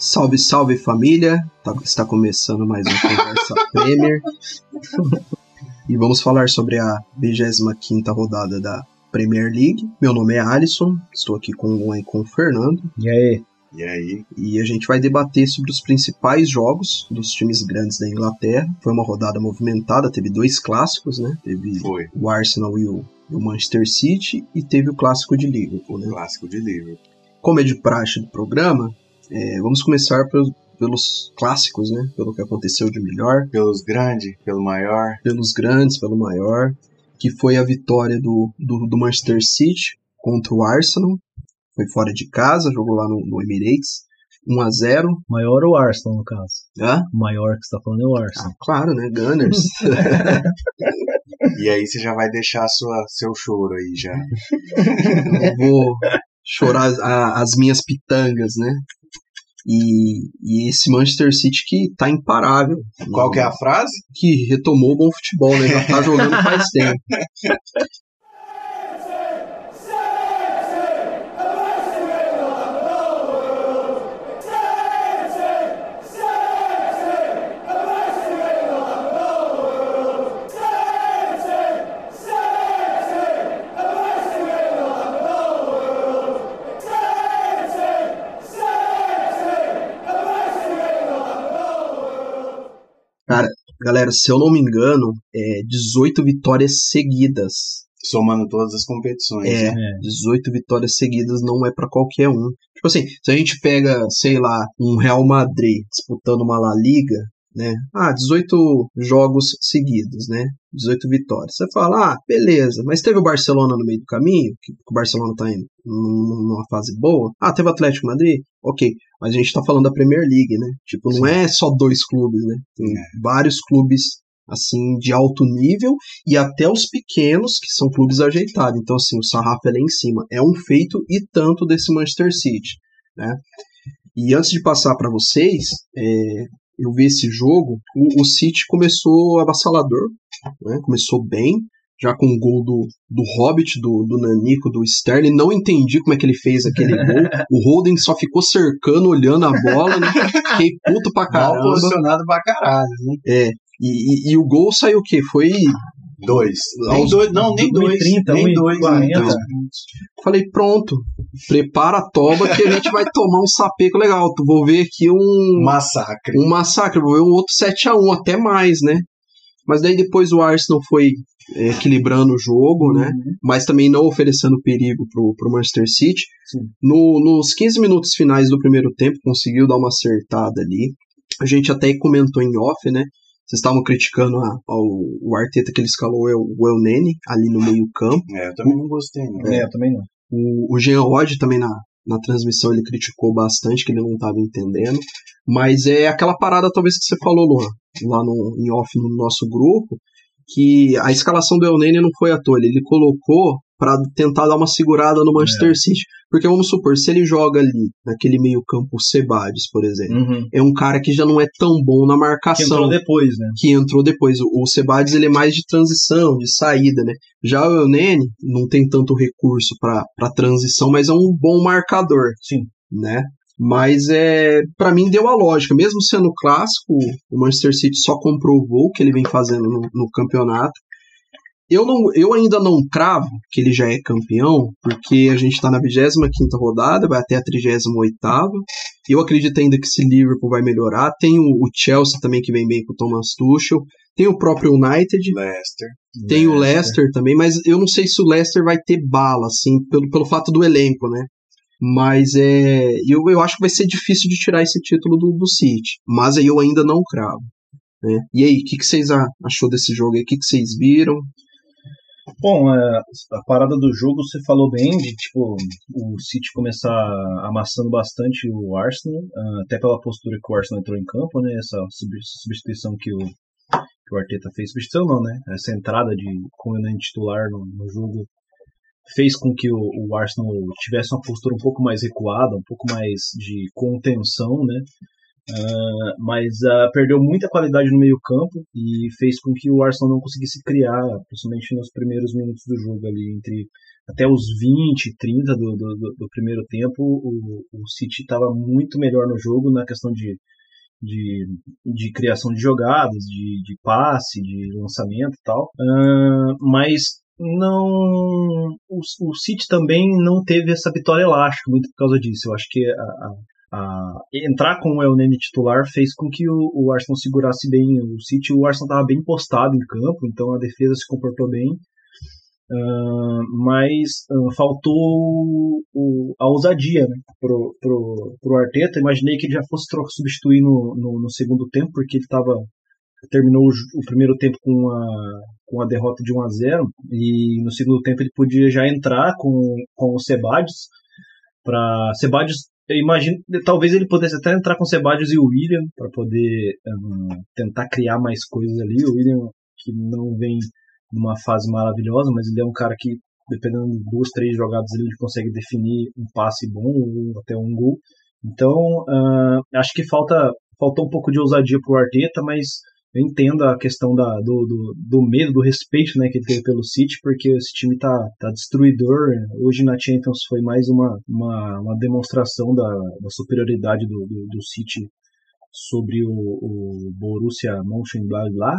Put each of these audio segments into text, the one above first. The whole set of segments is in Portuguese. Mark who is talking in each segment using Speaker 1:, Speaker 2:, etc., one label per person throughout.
Speaker 1: Salve, salve família! Está começando mais uma Conversa Premier. E vamos falar sobre a 25ª rodada da Premier League. Meu nome é Alisson, estou aqui com o Luan e com o Fernando.
Speaker 2: E aí?
Speaker 3: E aí?
Speaker 1: E a gente vai debater sobre os principais jogos dos times grandes da Inglaterra. Foi uma rodada movimentada, teve 2 clássicos, né? Teve o Arsenal e o Manchester City, e teve o clássico de Liverpool, né?
Speaker 3: Clássico de Liverpool.
Speaker 1: Como é de praxe do programa, vamos começar pelos clássicos, né? Pelo que aconteceu de melhor.
Speaker 3: Pelos grandes, pelo maior.
Speaker 1: Pelos grandes, pelo maior. Que foi a vitória do Manchester City contra o Arsenal. Foi fora de casa, jogou lá no Emirates. 1-0.
Speaker 2: Maior ou Arsenal, no caso?
Speaker 1: Hã?
Speaker 2: O maior que você tá falando é o Arsenal.
Speaker 1: Ah, claro, né? Gunners.
Speaker 3: E aí você já vai deixar seu choro aí já.
Speaker 1: Eu vou chorar as minhas pitangas, né? E esse Manchester City que tá imparável.
Speaker 3: Qual que é a frase?
Speaker 1: Que retomou o bom futebol, né? Já tá jogando faz tempo. Cara, galera, se eu não me engano, 18 vitórias seguidas.
Speaker 3: Somando todas as competições.
Speaker 1: 18 vitórias seguidas não é pra qualquer um. Tipo assim, se a gente pega, sei lá, um Real Madrid disputando uma La Liga, né? 18 jogos seguidos, né? 18 vitórias. Você fala, beleza, mas teve o Barcelona no meio do caminho, que o Barcelona tá indo numa fase boa. Teve o Atlético Madrid? Ok, mas a gente tá falando da Premier League, né? Tipo, não é só 2 clubes, né? Tem vários clubes, assim, de alto nível, e até os pequenos, que são clubes ajeitados. Então, assim, o sarrafo é lá em cima. É um feito e tanto desse Manchester City, né? E antes de passar para vocês, eu vi esse jogo, o City começou avassalador, né? Começou bem, já com o gol do Hobbit, do Nanico, do Sterling. Não entendi como é que ele fez aquele gol. O Holden só ficou cercando, olhando a bola, né? Fiquei puto pra caramba.
Speaker 3: Mal posicionado pra caralho, né?
Speaker 1: E o gol saiu o quê? Foi
Speaker 3: 2. Nem 2, não, nem 2.
Speaker 2: 30,
Speaker 3: nem 2.
Speaker 1: Então, falei, pronto, prepara a toba que a gente vai tomar um sapeco legal. Vou ver aqui um massacre, vou ver um outro 7-1, até mais, né? Mas daí depois o Arsenal foi equilibrando o jogo, né? Mas também não oferecendo perigo pro Manchester City. Nos 15 minutos finais do primeiro tempo, conseguiu dar uma acertada ali. A gente até comentou em off, né? Vocês estavam criticando o Arteta que ele escalou o El Neni ali no meio campo.
Speaker 3: Eu também não gostei, não.
Speaker 2: Eu também não.
Speaker 1: O Jean Roddy também na transmissão ele criticou bastante, que ele não estava entendendo. Mas é aquela parada talvez que você falou, Luan, lá em off no nosso grupo, que a escalação do El Neni não foi à toa. Ele colocou para tentar dar uma segurada no Manchester City. Porque vamos supor, se ele joga ali, naquele meio campo, o Sebadios, por exemplo, é um cara que já não é tão bom na marcação.
Speaker 2: Que entrou depois, né?
Speaker 1: Que entrou depois. O Sebadios, ele é mais de transição, de saída, né? Já o El Neni não tem tanto recurso para transição, mas é um bom marcador.
Speaker 2: Sim.
Speaker 1: Né? Mas para mim deu a lógica. Mesmo sendo clássico, o Manchester City só comprovou o que ele vem fazendo no campeonato. Eu ainda não cravo que ele já é campeão, porque a gente está na 25ª rodada, vai até a 38ª. Eu acredito ainda que esse Liverpool vai melhorar. Tem o Chelsea também, que vem bem com o Thomas Tuchel. Tem o próprio United. Tem o Leicester também, mas eu não sei se o Leicester vai ter bala, assim, pelo fato do elenco, né? Mas eu acho que vai ser difícil de tirar esse título do City. Mas aí eu ainda não cravo. Né? E aí, o que vocês achou desse jogo aí? O que vocês viram?
Speaker 2: Bom, a parada do jogo você falou bem, de tipo, o City começar amassando bastante o Arsenal, até pela postura que o Arsenal entrou em campo, né? Essa substituição que o Arteta fez, substituição não, né? Essa entrada com o Enan titular no jogo fez com que o Arsenal tivesse uma postura um pouco mais recuada, um pouco mais de contenção, né? Mas perdeu muita qualidade no meio campo e fez com que o Arsenal não conseguisse criar, principalmente nos primeiros minutos do jogo ali, entre até os 20, 30 do primeiro tempo, o City estava muito melhor no jogo na questão de criação de jogadas, de passe, de lançamento e tal. Mas não, o City também não teve essa vitória elástica muito por causa disso. Eu acho que entrar com o El Neni titular fez com que o Arsenal segurasse bem o City. O Arsenal estava bem postado em campo, então a defesa se comportou bem. Mas faltou a ousadia, né, pro Arteta. Imaginei que ele já fosse substituir no segundo tempo, porque ele terminou o primeiro tempo com a derrota de 1-0, e no segundo tempo ele podia já entrar com o Sebadios. Sebadios, eu imagino, talvez ele pudesse até entrar com o Sebadios e o William para poder tentar criar mais coisas ali. O William, que não vem numa fase maravilhosa, mas ele é um cara que, dependendo de 2, 3 jogadas, ele consegue definir um passe bom ou até um gol. Então, acho que faltou um pouco de ousadia pro Arteta, mas eu entendo a questão do medo, do respeito, né, que ele teve pelo City, porque esse time tá destruidor. Hoje na Champions foi mais uma demonstração da superioridade do City sobre o Borussia Mönchengladbach.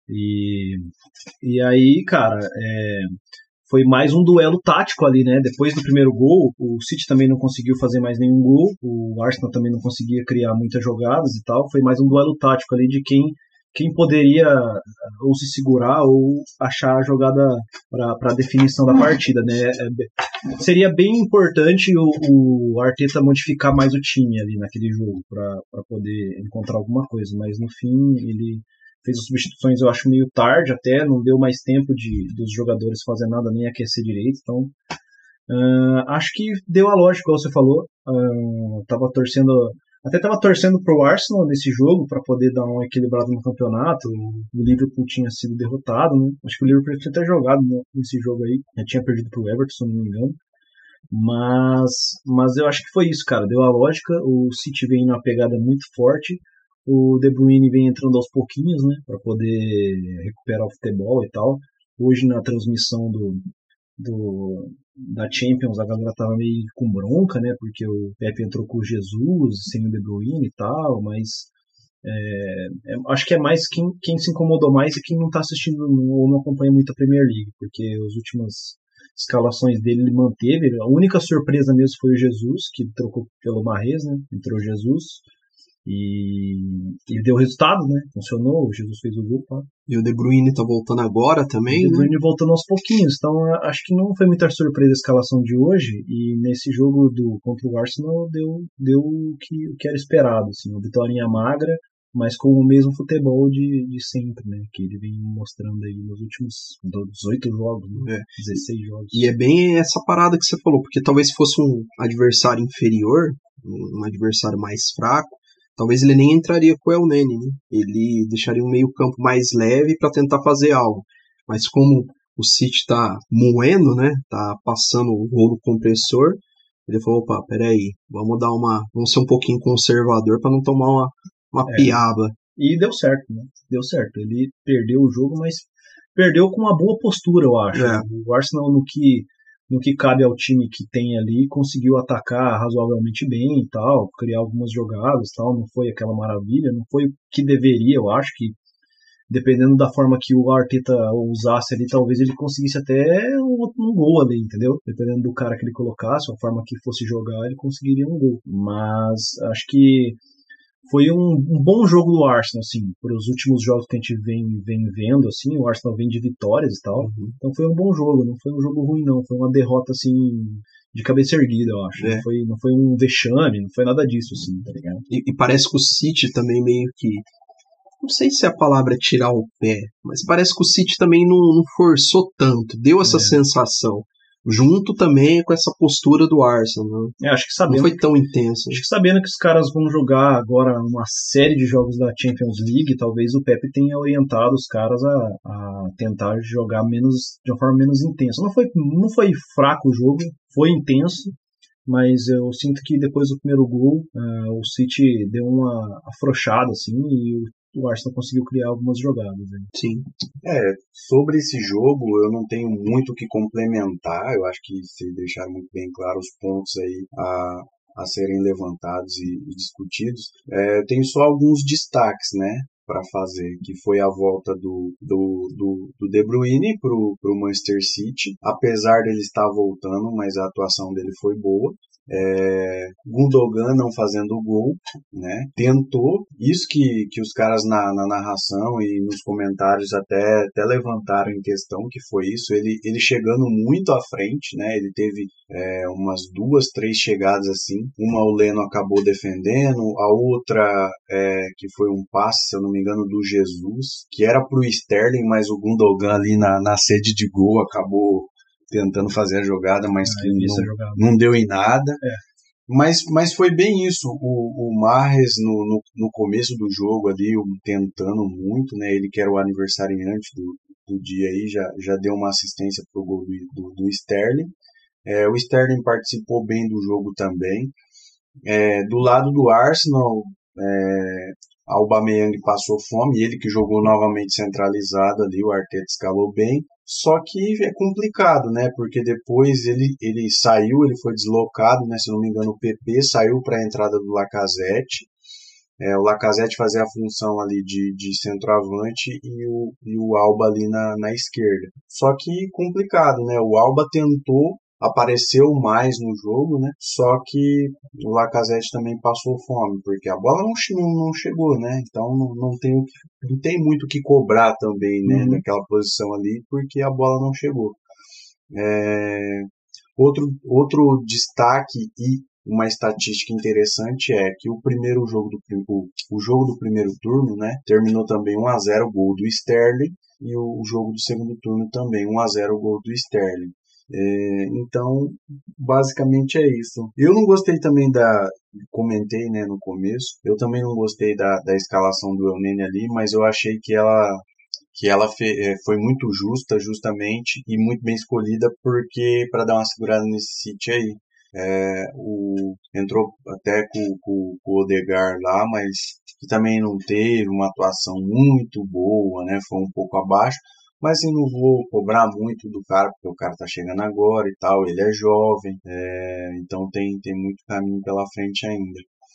Speaker 2: E aí, cara, foi mais um duelo tático ali, né? Depois do primeiro gol, o City também não conseguiu fazer mais nenhum gol, o Arsenal também não conseguia criar muitas jogadas e tal. Foi mais um duelo tático ali de quem poderia ou se segurar ou achar a jogada para a definição da partida, né? Seria bem importante o Arteta modificar mais o time ali naquele jogo para poder encontrar alguma coisa, mas no fim ele fez as substituições, eu acho, meio tarde até, não deu mais tempo dos jogadores fazer nada, nem aquecer direito, então acho que deu a lógica, como você falou. Tava torcendo pro Arsenal nesse jogo para poder dar uma equilibrada no campeonato. O Liverpool tinha sido derrotado, né? Acho que o Liverpool tinha até jogado nesse jogo aí, já tinha perdido pro Everton, se não me engano. Mas eu acho que foi isso, cara. Deu a lógica. O City vem numa pegada muito forte. O De Bruyne vem entrando aos pouquinhos, né, para poder recuperar o futebol e tal. Hoje na transmissão da Champions a galera tava meio com bronca, né, porque o Pepe entrou com o Jesus, sem o De Bruyne e tal, mas acho que é mais quem se incomodou mais é quem não tá assistindo ou não acompanha muito a Premier League, porque as últimas escalações dele ele manteve. A única surpresa mesmo foi o Jesus, que trocou pelo Mahrez, né, entrou o Jesus. E deu resultado, né? Funcionou, o Jesus fez o gol, tá?
Speaker 1: E o De Bruyne tá voltando agora também,
Speaker 2: o De Bruyne voltando aos pouquinhos, então acho que não foi muita surpresa a escalação de hoje, e nesse jogo contra o Arsenal deu o que era esperado, assim, uma vitória magra, mas com o mesmo futebol de sempre, né? Que ele vem mostrando aí nos últimos 18 jogos, né? 16 jogos.
Speaker 1: E é bem essa parada que você falou, porque talvez fosse um adversário inferior, um adversário mais fraco, talvez ele nem entraria com o El Neni, né? Ele deixaria um meio campo mais leve para tentar fazer algo. Mas como o City tá moendo, né? Tá passando o rolo compressor, ele falou, opa, peraí, vamos ser um pouquinho conservador para não tomar uma piaba.
Speaker 2: E deu certo, né? Deu certo. Ele perdeu o jogo, mas perdeu com uma boa postura, eu acho. O Arsenal, no que cabe ao time que tem ali, conseguiu atacar razoavelmente bem e tal, criar algumas jogadas e tal, não foi aquela maravilha, não foi o que deveria. Eu acho que, dependendo da forma que o Arteta usasse ali, talvez ele conseguisse até um gol ali, entendeu? Dependendo do cara que ele colocasse, a forma que fosse jogar, ele conseguiria um gol. Mas acho que foi um bom jogo do Arsenal, assim, por os últimos jogos que a gente vem vendo, assim, o Arsenal vem de vitórias e tal, então foi um bom jogo, não foi um jogo ruim não, foi uma derrota, assim, de cabeça erguida, eu acho, não foi um vexame, não foi nada disso, assim, tá ligado?
Speaker 1: E parece que o City também meio que, não sei se a palavra é tirar o pé, mas parece que o City também não forçou tanto, deu essa sensação. Junto também com essa postura do Arsenal, né?
Speaker 2: Acho que sabendo,
Speaker 1: não foi tão intenso.
Speaker 2: Acho que sabendo que os caras vão jogar agora uma série de jogos da Champions League, talvez o Pepe tenha orientado os caras a tentar jogar de uma forma menos intensa. Não foi fraco o jogo, foi intenso, mas eu sinto que depois do primeiro gol, o City deu uma afrouxada, assim, e o Arsenal conseguiu criar algumas jogadas. Né?
Speaker 1: Sim.
Speaker 3: Sobre esse jogo, eu não tenho muito o que complementar. Eu acho que vocês deixaram muito bem claro os pontos aí a serem levantados e discutidos. Eu tenho só alguns destaques, né, para fazer, que foi a volta do De Bruyne pro Manchester City, apesar dele estar voltando, mas a atuação dele foi boa. Gundogan não fazendo o gol, né? Tentou, isso que os caras na narração e nos comentários até levantaram em questão, que foi isso, ele chegando muito à frente, né? Ele teve umas 2, 3 chegadas assim, uma o Leno acabou defendendo, a outra que foi um passe, se eu não me engano, do Jesus, que era pro Sterling, mas o Gundogan ali na sede de gol acabou tentando fazer a jogada, mas que não deu em nada. Mas foi bem isso. O Mahrez no começo do jogo ali, tentando muito, né? Ele que era o aniversariante do dia aí, já deu uma assistência pro gol do Sterling. O Sterling participou bem do jogo também. Do lado do Arsenal, Aubameyang passou fome, ele que jogou novamente centralizado ali, o Arteta escalou bem. Só que é complicado, né? Porque depois ele saiu, ele foi deslocado, né? Se não me engano, o PP saiu para a entrada do Lacazette. O Lacazette fazia a função ali de centroavante e o Alba ali na esquerda. Só que complicado, né? O Alba tentou, apareceu mais no jogo, né? Só que o Lacazette também passou fome, porque a bola não chegou, né? Então não tem muito o que cobrar também, né? Naquela posição ali, porque a bola não chegou. Outro destaque e uma estatística interessante é que o jogo do primeiro turno, né, terminou também 1-0 gol do Sterling, e o jogo do segundo turno também 1-0 gol do Sterling. Então, basicamente é isso. Eu não gostei também comentei, né, no começo, eu também não gostei da escalação do Elneny ali, mas eu achei que ela foi muito justa, justamente, e muito bem escolhida, porque para dar uma segurada nesse City aí. Entrou até com o Odegaard lá, mas que também não teve uma atuação muito boa, né? Foi um pouco abaixo, mas assim, não vou cobrar muito do cara, porque o cara tá chegando agora e tal, ele é jovem, então tem muito caminho pela frente ainda.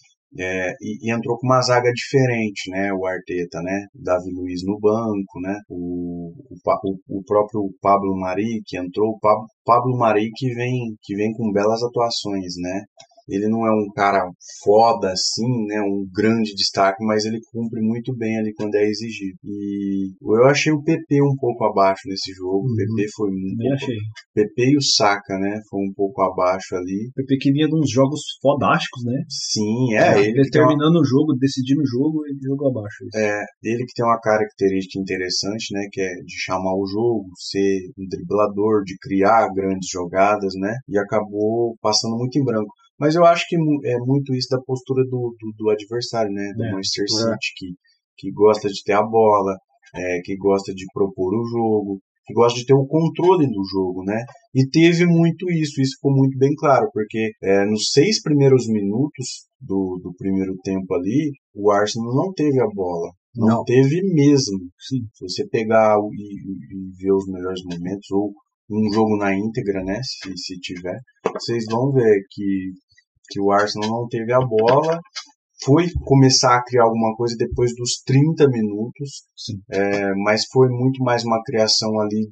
Speaker 3: E entrou com uma zaga diferente, né? O Arteta, né? Davi Luiz no banco, né? O próprio Pablo Mari que entrou, o Pablo Mari que vem com belas atuações, né? Ele não é um cara foda assim, né? Um grande destaque, mas ele cumpre muito bem ali quando é exigido. E eu achei o PP um pouco abaixo nesse jogo. O PP foi PP e o Saka, né? Foi um pouco abaixo ali.
Speaker 2: O PP que vinha de uns jogos fodásticos, né?
Speaker 3: Sim,
Speaker 2: ele terminando o jogo, decidindo o jogo, ele jogou abaixo. Isso.
Speaker 3: Ele que tem uma característica interessante, né? Que é de chamar o jogo, ser um driblador, de criar grandes jogadas, né? E acabou passando muito em branco. Mas eu acho que é muito isso da postura do adversário, né? Do Manchester City, que gosta de ter a bola, que gosta de propor o jogo, que gosta de ter o controle do jogo, né? E teve muito isso ficou muito bem claro, porque nos 6 primeiros minutos do primeiro tempo ali, o Arsenal não teve a bola. Não teve mesmo.
Speaker 2: Sim.
Speaker 3: Se você pegar e ver os melhores momentos, ou um jogo na íntegra, né? Se tiver, vocês vão ver que o Arsenal não teve a bola, foi começar a criar alguma coisa depois dos 30 minutos, mas foi muito mais uma criação ali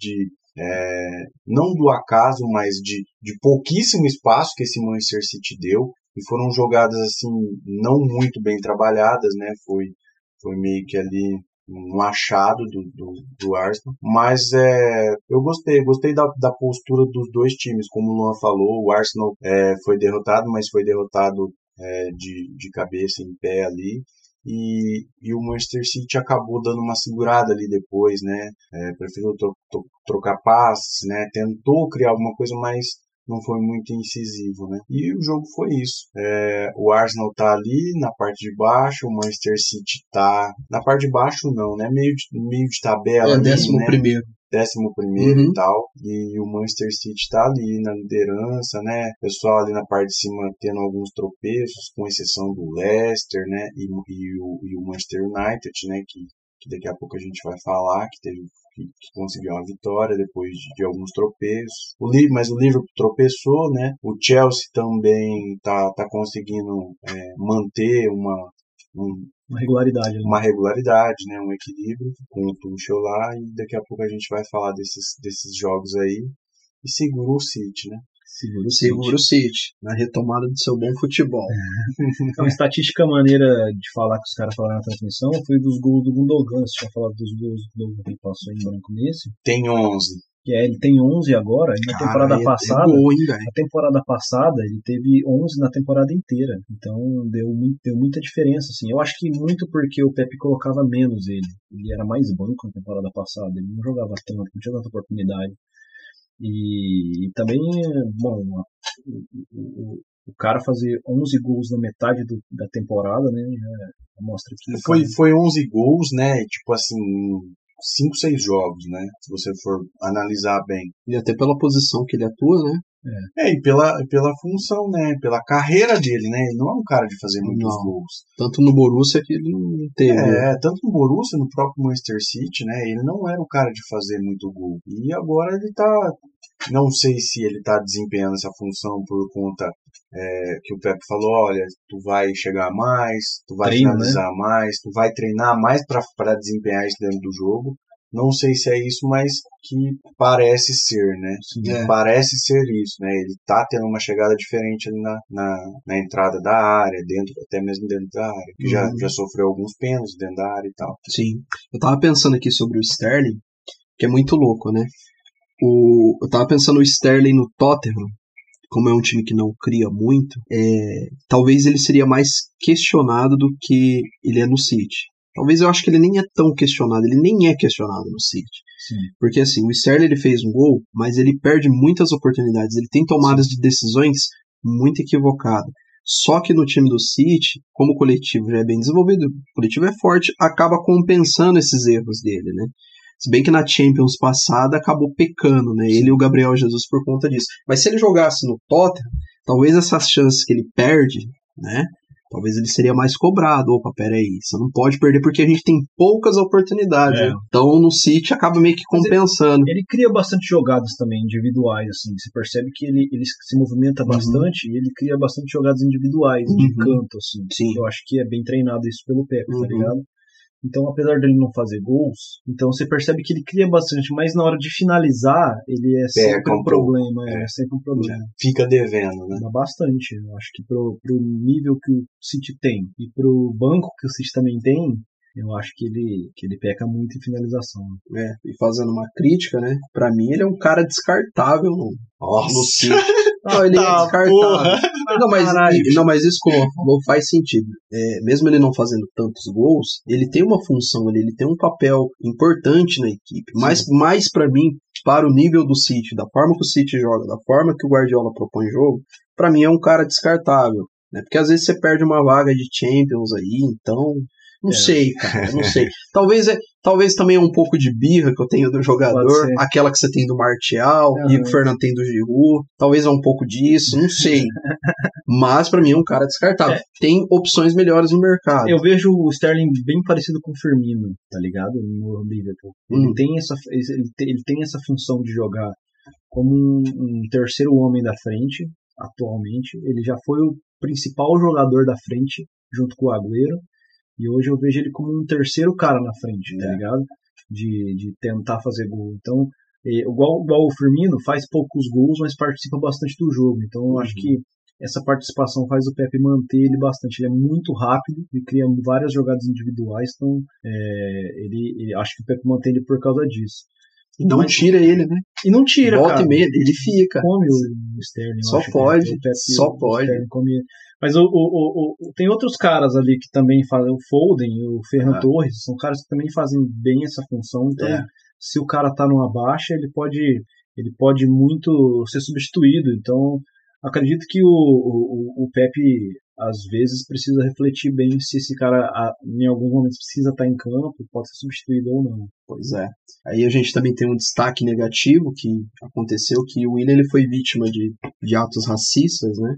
Speaker 3: não do acaso, mas de pouquíssimo espaço que esse Manchester City deu, e foram jogadas assim não muito bem trabalhadas, né? Foi meio que ali um achado do Arsenal, mas eu gostei da postura dos dois times, como o Luan falou, o Arsenal foi derrotado, mas foi derrotado de cabeça em pé ali, e o Manchester City acabou dando uma segurada ali depois, né? Preferiu trocar passes, né? Tentou criar alguma coisa, mas não foi muito incisivo, né? E o jogo foi isso. O Arsenal tá ali na parte de baixo, o Manchester City tá na parte de baixo não, né? Meio de tabela ali,
Speaker 1: 11º.
Speaker 3: 11º e tal, e o Manchester City tá ali na liderança, né, o pessoal ali na parte de cima tendo alguns tropeços, com exceção do Leicester, né, e o Manchester United, né, que daqui a pouco a gente vai falar, que conseguiu uma vitória depois de alguns tropeços. Mas o Liverpool tropeçou, né? O Chelsea também tá conseguindo manter uma
Speaker 2: regularidade.
Speaker 3: Uma regularidade, né? Um equilíbrio com o Tuchel lá, e daqui a pouco a gente vai falar desses jogos aí. E segura o City, né?
Speaker 1: Segura o City, na retomada do seu bom futebol.
Speaker 2: Uma estatística maneira de falar que os caras falaram na transmissão foi dos gols do Gundogan. Você tinha falado dos gols do Gundogan, que passou em branco nesse.
Speaker 3: Tem 11.
Speaker 2: Ele tem 11 agora, e na temporada passada, na temporada passada ele teve 11 na temporada inteira, então deu muita diferença, assim. Eu acho que muito porque o Pepe colocava menos ele era mais banco na temporada passada, ele não jogava tanto, não tinha tanta oportunidade, e também, bom, o cara fazer 11 gols na metade da temporada, né, já mostra que...
Speaker 3: Foi 11 gols, né, tipo assim... 5, 6 jogos, né? Se você for analisar bem.
Speaker 1: E até pela posição que ele atua, né?
Speaker 3: E pela função, né? Pela carreira dele, né? Ele não é um cara de fazer muitos gols.
Speaker 1: Tanto no Borussia que ele não teve.
Speaker 3: Tanto no Borussia, no próprio Manchester City, né? Ele não era o cara de fazer muito gol. E agora ele tá... Não sei se ele tá desempenhando essa função por conta que o Pepe falou, olha, tu vai chegar mais, tu vai finalizar mais, tu vai treinar mais para desempenhar isso dentro do jogo. Não sei se é isso, mas que parece ser, né? Parece ser isso, né? Ele tá tendo uma chegada diferente ali na entrada da área, até mesmo dentro da área, que já sofreu alguns pênaltis dentro da área e tal.
Speaker 1: Sim. Eu tava pensando aqui sobre o Sterling, que é muito louco, né? Eu tava pensando no Sterling no Tottenham, como é um time que não cria muito, talvez ele seria mais questionado do que ele é no City. Talvez eu acho que ele nem é tão questionado, ele nem é questionado no City.
Speaker 2: Sim.
Speaker 1: Porque assim, o Sterling ele fez um gol, mas ele perde muitas oportunidades, ele tem tomadas de decisões muito equivocadas. Só que no time do City, como o coletivo já é bem desenvolvido, o coletivo é forte, acaba compensando esses erros dele, né? Se bem que na Champions passada acabou pecando, né? Ele e o Gabriel Jesus por conta disso. Mas se ele jogasse no Tottenham, talvez essas chances que ele perde, né? Talvez ele seria mais cobrado. Opa, peraí, você não pode perder porque a gente tem poucas oportunidades. Né? Então no City acaba meio que compensando.
Speaker 2: Ele cria bastante jogadas também individuais, assim. Você percebe que ele se movimenta bastante e ele cria bastante jogadas individuais de canto, assim.
Speaker 1: Sim.
Speaker 2: Eu acho que é bem treinado isso pelo Pepe, tá ligado? Então, apesar dele não fazer gols, então você percebe que ele cria bastante, mas na hora de finalizar, ele é sempre um problema. É sempre um problema.
Speaker 3: Fica devendo, né?
Speaker 2: Dá bastante. Eu acho que pro nível que o City tem e pro banco que o City também tem, eu acho que ele peca muito em finalização.
Speaker 1: E fazendo uma crítica, né? Pra mim, ele é um cara descartável no City. Não, ele é descartável. Mas isso que eu falou faz sentido. Mesmo ele não fazendo tantos gols, ele tem uma função ali, ele tem um papel importante na equipe. Mas mais pra mim, para o nível do City, da forma que o City joga, da forma que o Guardiola propõe jogo, pra mim é um cara descartável. Né? Porque às vezes você perde uma vaga de Champions aí, então... Não sei, cara, não sei. Talvez também é um pouco de birra que eu tenho do jogador, aquela que você tem do Martial e que o Fernando tem do Giroud. Talvez é um pouco disso, não sei. Mas pra mim é um cara descartável. Tem opções melhores no mercado.
Speaker 2: Eu vejo o Sterling bem parecido com o Firmino, tá ligado? No Liverpool. Ele tem essa função de jogar como um terceiro homem da frente, atualmente. Ele já foi o principal jogador da frente, junto com o Agüero. E hoje eu vejo ele como um terceiro cara na frente, tá ligado? De tentar fazer gol. Então, igual o Firmino, faz poucos gols, mas participa bastante do jogo. Então, eu acho que essa participação faz o Pepe manter ele bastante. Ele é muito rápido e cria várias jogadas individuais. Então, acho que o Pepe mantém ele por causa disso.
Speaker 1: E não tira ele, né?
Speaker 2: E não tira,
Speaker 1: volta
Speaker 2: cara.
Speaker 1: e meia, ele fica.
Speaker 2: Come o Sterling.
Speaker 1: Só pode.
Speaker 2: Mas tem outros caras ali que também fazem, o Foden e o Ferran Torres, são caras que também fazem bem essa função. Então, se o cara tá numa baixa, ele pode muito ser substituído. Então, acredito que o Pepe às vezes precisa refletir bem se esse cara em algum momento precisa estar em campo, pode ser substituído ou não.
Speaker 1: Pois é. Aí a gente também tem um destaque negativo que aconteceu, que o Willian ele foi vítima de atos racistas, né?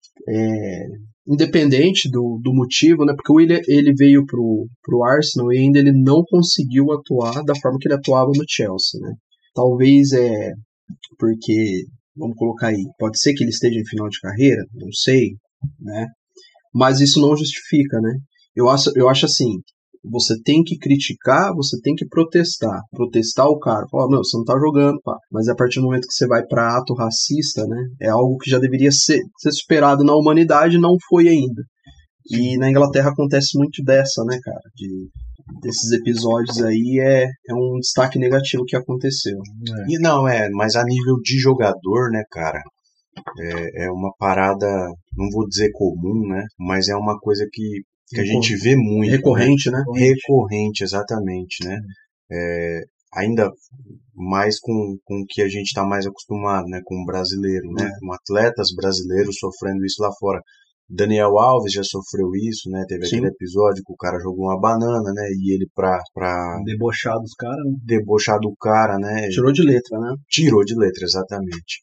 Speaker 1: Independente do motivo, né? Porque o Willian ele veio pro Arsenal e ainda ele não conseguiu atuar da forma que ele atuava no Chelsea, né? Talvez porque, vamos colocar aí, pode ser que ele esteja em final de carreira, não sei, né? Mas isso não justifica, né? Eu acho assim, você tem que criticar, você tem que protestar o cara, falar, não, você não tá jogando, pá. Mas a partir do momento que você vai para ato racista, né, é algo que já deveria ser superado na humanidade e não foi ainda. E na Inglaterra acontece muito dessa, né, cara, desses episódios aí é um destaque negativo que aconteceu.
Speaker 3: E não, mas a nível de jogador, né, cara, é uma parada, não vou dizer comum, né, mas é uma coisa que a gente vê muito.
Speaker 1: Recorrente, né?
Speaker 3: Recorrente, exatamente, né? Ainda mais com o que a gente está mais acostumado, né? Com o brasileiro, né? Com atletas brasileiros sofrendo isso lá fora. Daniel Alves já sofreu isso, né? Teve aquele episódio que o cara jogou uma banana, né? E ele pra
Speaker 2: debochar dos caras, né?
Speaker 3: Debochar do cara, né?
Speaker 1: Tirou de letra, né?
Speaker 3: Tirou de letra, exatamente.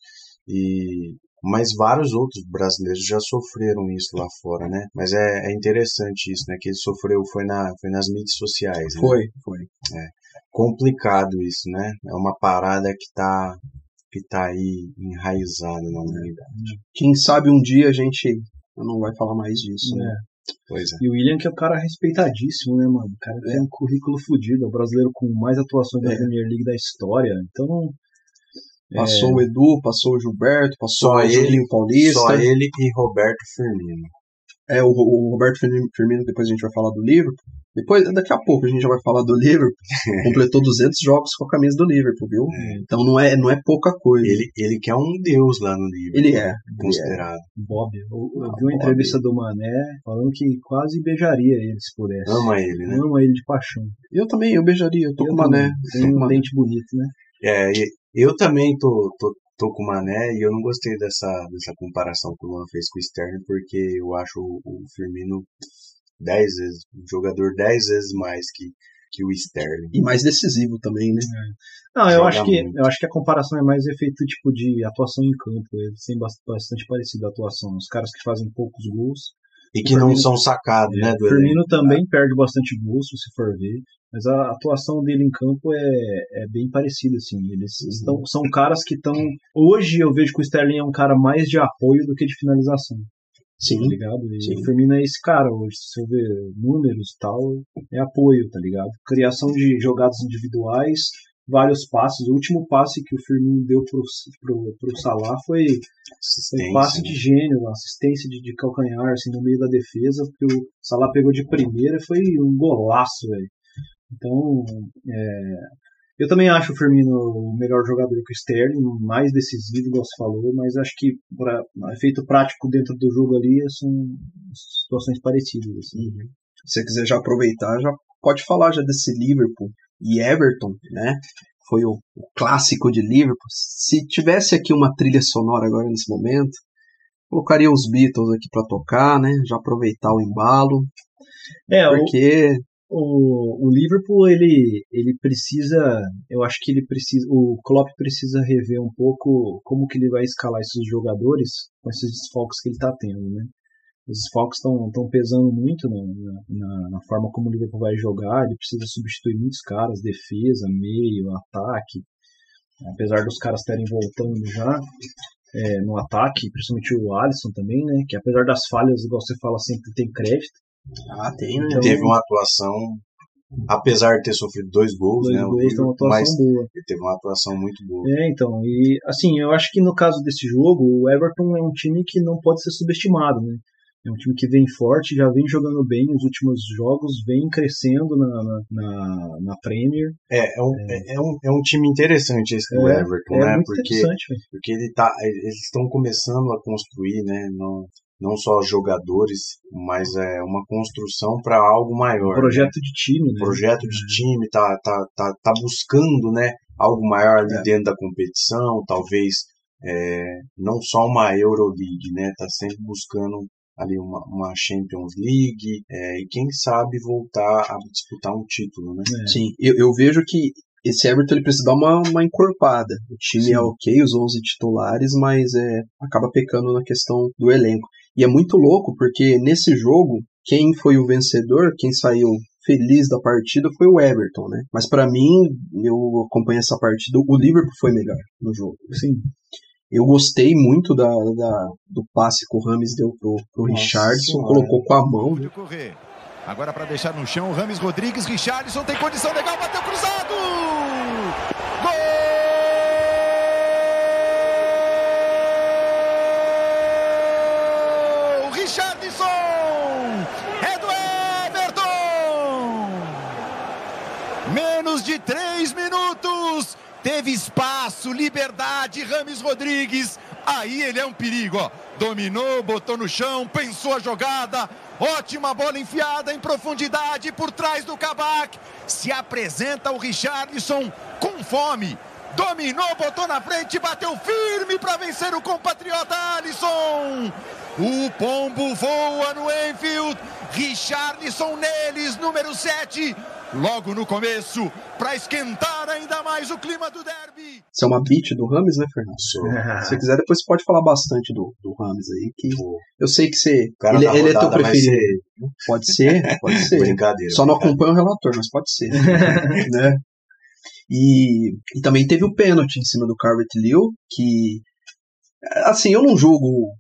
Speaker 3: Mas vários outros brasileiros já sofreram isso lá fora, né? Mas é interessante isso, né? Que ele sofreu foi nas mídias sociais, né?
Speaker 1: Foi.
Speaker 3: Complicado isso, né? É uma parada que tá aí enraizada na humanidade.
Speaker 1: Quem sabe um dia a gente não vai falar mais disso, né?
Speaker 3: Pois é.
Speaker 2: E o Willian que é um cara respeitadíssimo, né, mano? O cara tem um currículo fodido, é o brasileiro com mais atuações na Premier League da história. Então
Speaker 1: passou o Edu, passou o Gilberto, passou o Julinho Paulista.
Speaker 3: Só ele e Roberto Firmino.
Speaker 1: O Roberto Firmino, depois a gente vai falar do Liverpool. Daqui a pouco a gente já vai falar do Liverpool. Completou 200 jogos com a camisa do Liverpool, viu? Então não é pouca coisa.
Speaker 3: Ele que é um deus lá no Liverpool.
Speaker 1: Ele é.
Speaker 3: Considerado.
Speaker 2: Bob. Eu vi uma entrevista do Mané falando que quase beijaria ele se pudesse.
Speaker 3: Ama ele, né?
Speaker 2: Ama ele de paixão.
Speaker 1: Eu também, eu beijaria. Eu tô com o Mané.
Speaker 2: Tem um dente bonito, né?
Speaker 3: Eu também tô com o Mané e eu não gostei dessa comparação que o Luan fez com o Sterling, porque eu acho o Firmino 10 vezes, um jogador 10 vezes mais que o Sterling.
Speaker 1: E mais decisivo também, né?
Speaker 2: Não, eu acho que a comparação é mais efeito tipo de atuação em campo. Eles têm bastante parecido a atuação. Os caras que fazem poucos gols.
Speaker 3: E que não são sacados, né?
Speaker 2: O Firmino também perde bastante gols, se for ver. Mas a atuação dele em campo é bem parecida, assim. Eles são caras que estão... Hoje eu vejo que o Sterling é um cara mais de apoio do que de finalização.
Speaker 1: Sim.
Speaker 2: Tá ligado? E o Firmino é esse cara hoje. Se você ver números e tal, é apoio, tá ligado? Criação de jogadas individuais, vários passes. O último passe que o Firmino deu pro Salah foi passe de gênio, assistência de calcanhar, assim, no meio da defesa, porque o Salah pegou de primeira e foi um golaço, velho. Então, eu também acho o Firmino o melhor jogador que o Sterling, mais decisivo, igual você falou, mas acho que para efeito prático dentro do jogo ali são situações parecidas. Assim.
Speaker 1: Se você quiser já aproveitar, já pode falar já desse Liverpool e Everton, né? Foi o clássico de Liverpool. Se tivesse aqui uma trilha sonora agora nesse momento, colocaria os Beatles aqui para tocar, né? Já aproveitar o embalo. Porque
Speaker 2: o Liverpool ele precisa, eu acho que o Klopp precisa rever um pouco como que ele vai escalar esses jogadores com esses desfalques que ele está tendo, né? Os desfalques estão pesando muito na forma como o Liverpool vai jogar. Ele precisa substituir muitos caras, defesa, meio, ataque. Apesar dos caras estarem voltando já no ataque, principalmente o Alisson também, né? Que apesar das falhas, igual você fala, sempre tem crédito.
Speaker 1: Tem, né?
Speaker 3: Teve uma atuação, apesar de ter sofrido 2 gols, né?
Speaker 2: Mas boa.
Speaker 3: Ele teve uma atuação muito boa.
Speaker 2: Então, e assim, eu acho que no caso desse jogo, o Everton é um time que não pode ser subestimado, né? É um time que vem forte, já vem jogando bem nos últimos jogos, vem crescendo na Premier.
Speaker 3: É um time interessante esse do Everton, né? Porque eles estão começando a construir, né? Não só jogadores, mas uma construção para algo maior.
Speaker 2: Um projeto de time, né?
Speaker 3: Projeto de time, tá buscando, né? Algo maior ali dentro da competição, talvez não só uma Euroleague, né? Tá sempre buscando ali uma Champions League, e quem sabe voltar a disputar um título, né?
Speaker 1: Sim, eu vejo que esse Everton ele precisa dar uma encorpada. O time
Speaker 2: Sim.
Speaker 1: é ok, os 11 titulares, mas acaba pecando na questão do elenco. E é muito louco, porque nesse jogo, quem foi o vencedor, quem saiu feliz da partida foi o Everton, né? Mas pra mim, eu acompanhei essa partida, o Liverpool foi melhor no jogo.
Speaker 2: Sim.
Speaker 1: Eu gostei muito do passe que o Rames deu pro Richarlison, colocou com a mão.
Speaker 4: Pode correr. Agora para deixar no chão, Rames Rodrigues, Richarlison tem condição legal, bateu cruzado! Gol! Richarlison! É do Everton! Menos de 3 minutos, teve espaço, liberdade, Rames Rodrigues, aí ele é um perigo, ó. Dominou, botou no chão, pensou a jogada, ótima bola enfiada em profundidade por trás do Kabak, se apresenta o Richarlison com fome, dominou, botou na frente, bateu firme para vencer o compatriota Alisson. O pombo voa no Anfield, Richarlison neles, número 7, logo no começo, para esquentar ainda mais o clima do derby.
Speaker 1: Você é uma beat do Rames, né, Fernando? Se você quiser, depois você pode falar bastante do Rames aí, que eu sei que você... Ele é teu preferido. Pode ser.
Speaker 3: Brincadeira.
Speaker 1: Só não acompanha o relator, mas pode ser. Né? E também teve o pênalti em cima do Calvert-Lewin, que... Assim, eu não julgo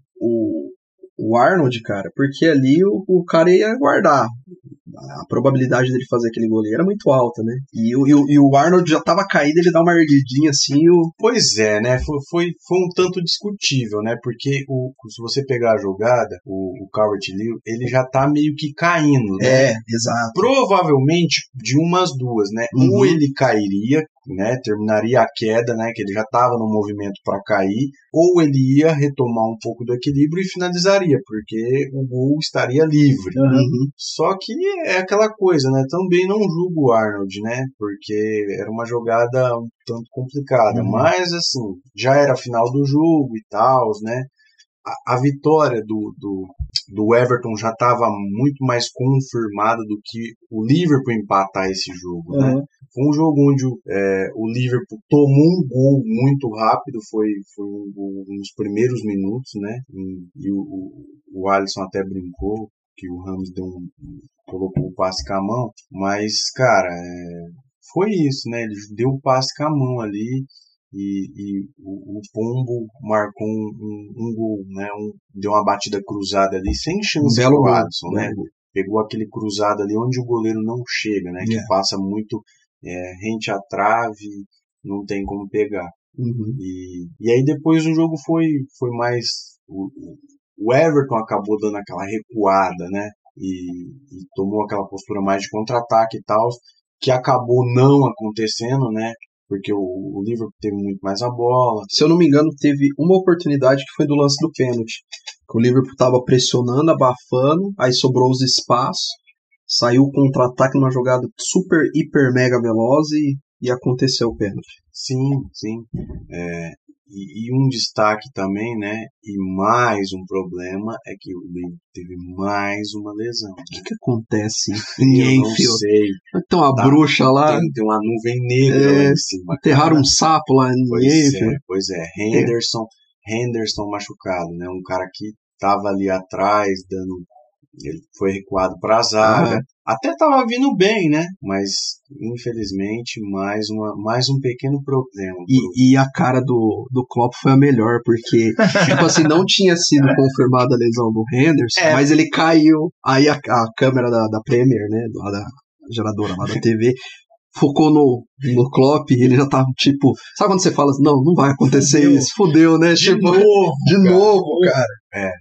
Speaker 1: o Arnold, cara, porque ali o cara ia guardar. A probabilidade dele fazer aquele goleiro era muito alta, né? E o Arnold já tava caído, ele dá uma erguidinha assim.
Speaker 3: Pois é, né? Foi um tanto discutível, né? Porque se você pegar a jogada, o Calvert-Lewin, ele já tá meio que caindo, né?
Speaker 1: Exato.
Speaker 3: Provavelmente de umas duas, né?
Speaker 1: Uhum.
Speaker 3: Ou ele cairia, né? Terminaria a queda, né? Que ele já tava no movimento para cair, ou ele ia retomar um pouco do equilíbrio e finalizaria, porque o gol estaria livre.
Speaker 1: Uhum.
Speaker 3: Só que é aquela coisa, né? Também não julgo o Arnold, né? Porque era uma jogada um tanto complicada. Mas, assim, já era final do jogo e tal, né? A vitória do Everton já estava muito mais confirmada do que o Liverpool empatar esse jogo, né? Foi um jogo onde o Liverpool tomou um gol muito rápido, foi um gol nos primeiros minutos, né? E o Alisson até brincou que o Ramos colocou o passe com a mão, mas, cara, foi isso, né? Ele deu o passe com a mão ali e o Pombo marcou um gol, né? Deu uma batida cruzada ali, sem chance pro Alisson, né? Pegou aquele cruzado ali onde o goleiro não chega, né? Que passa muito rente à trave, não tem como pegar. E aí depois o jogo foi mais... O Everton acabou dando aquela recuada, né? E tomou aquela postura mais de contra-ataque e tal, que acabou não acontecendo, né? Porque o Liverpool teve muito mais a bola.
Speaker 1: Se eu não me engano, teve uma oportunidade que foi do lance do pênalti. Que o Liverpool estava pressionando, abafando, aí sobrou os espaços, saiu o contra-ataque numa jogada super, hiper, mega veloz e aconteceu o pênalti.
Speaker 3: Sim. E um destaque também, né? E mais um problema é que o Liverpool teve mais uma lesão.
Speaker 1: O que acontece em
Speaker 3: Eu não
Speaker 1: Anfield?
Speaker 3: sei.
Speaker 1: Tem uma bruxa lá.
Speaker 3: Tem uma nuvem negra lá em cima.
Speaker 1: Enterraram um sapo lá em Anfield.
Speaker 3: Pois é. Henderson machucado, né? Um cara que tava ali atrás, ele foi recuado para a zaga. Até tava vindo bem, né? Mas, infelizmente, mais um pequeno problema.
Speaker 1: E a cara do Klopp foi a melhor, porque, tipo assim, não tinha sido confirmada a lesão do Henderson, mas ele caiu. Aí a câmera da Premier, né? Da geradora lá da TV, focou no Klopp e ele já tava tipo... Sabe quando você fala assim, não vai acontecer isso, fudeu, né?
Speaker 3: De novo, cara.